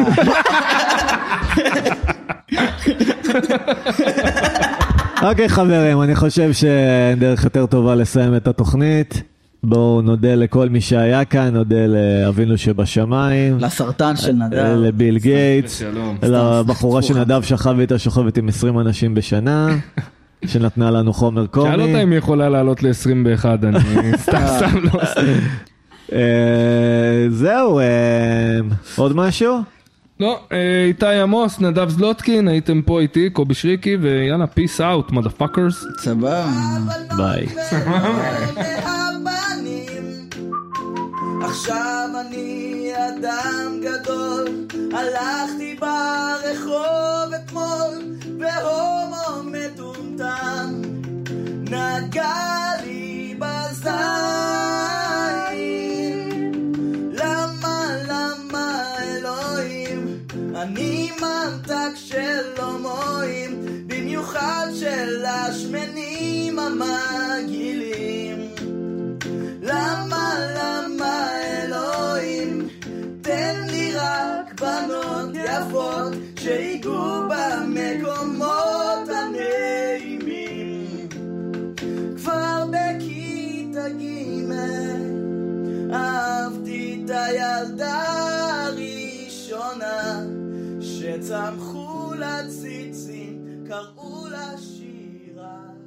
אוקיי חברים, אני חושב שדרך יותר טובה לסיים את התוכנית. בואו נודה לכל מי שהיה כאן, נודה לאבינו שבשמיים, לסרטן של נדב, לביל גייטס, לבחורה שנדב שכב איתה שוכבת עם עשרים אנשים בשנה, שנתנה לנו חומר קומי. שאל אותה אם היא יכולה לעלות ל-עשרים ואחת, אני סתם סתם לא עושה. זהו, עוד משהו? לא, איתי עמוס, נדב זלוטקין, הייתם פה איתי, קובי שריקי, ויאללה, peace out, motherfuckers. סבבה. ביי. עכשיו אני אדם גדול, הלכתי ברחוב אתמול, והומו מטומטם נגע לי בזין. למה, למה אלוהים, אני ממתק של הומואים, במיוחד של השמנים המגעילים. למה, למה אלוהים, תן לי רק בנות יפות שיגעו במקומות הנעימים. כבר בכיתה ג' אהבתי את הילדה הראשונה שצמחו לה ציצים, קראו לה שירה.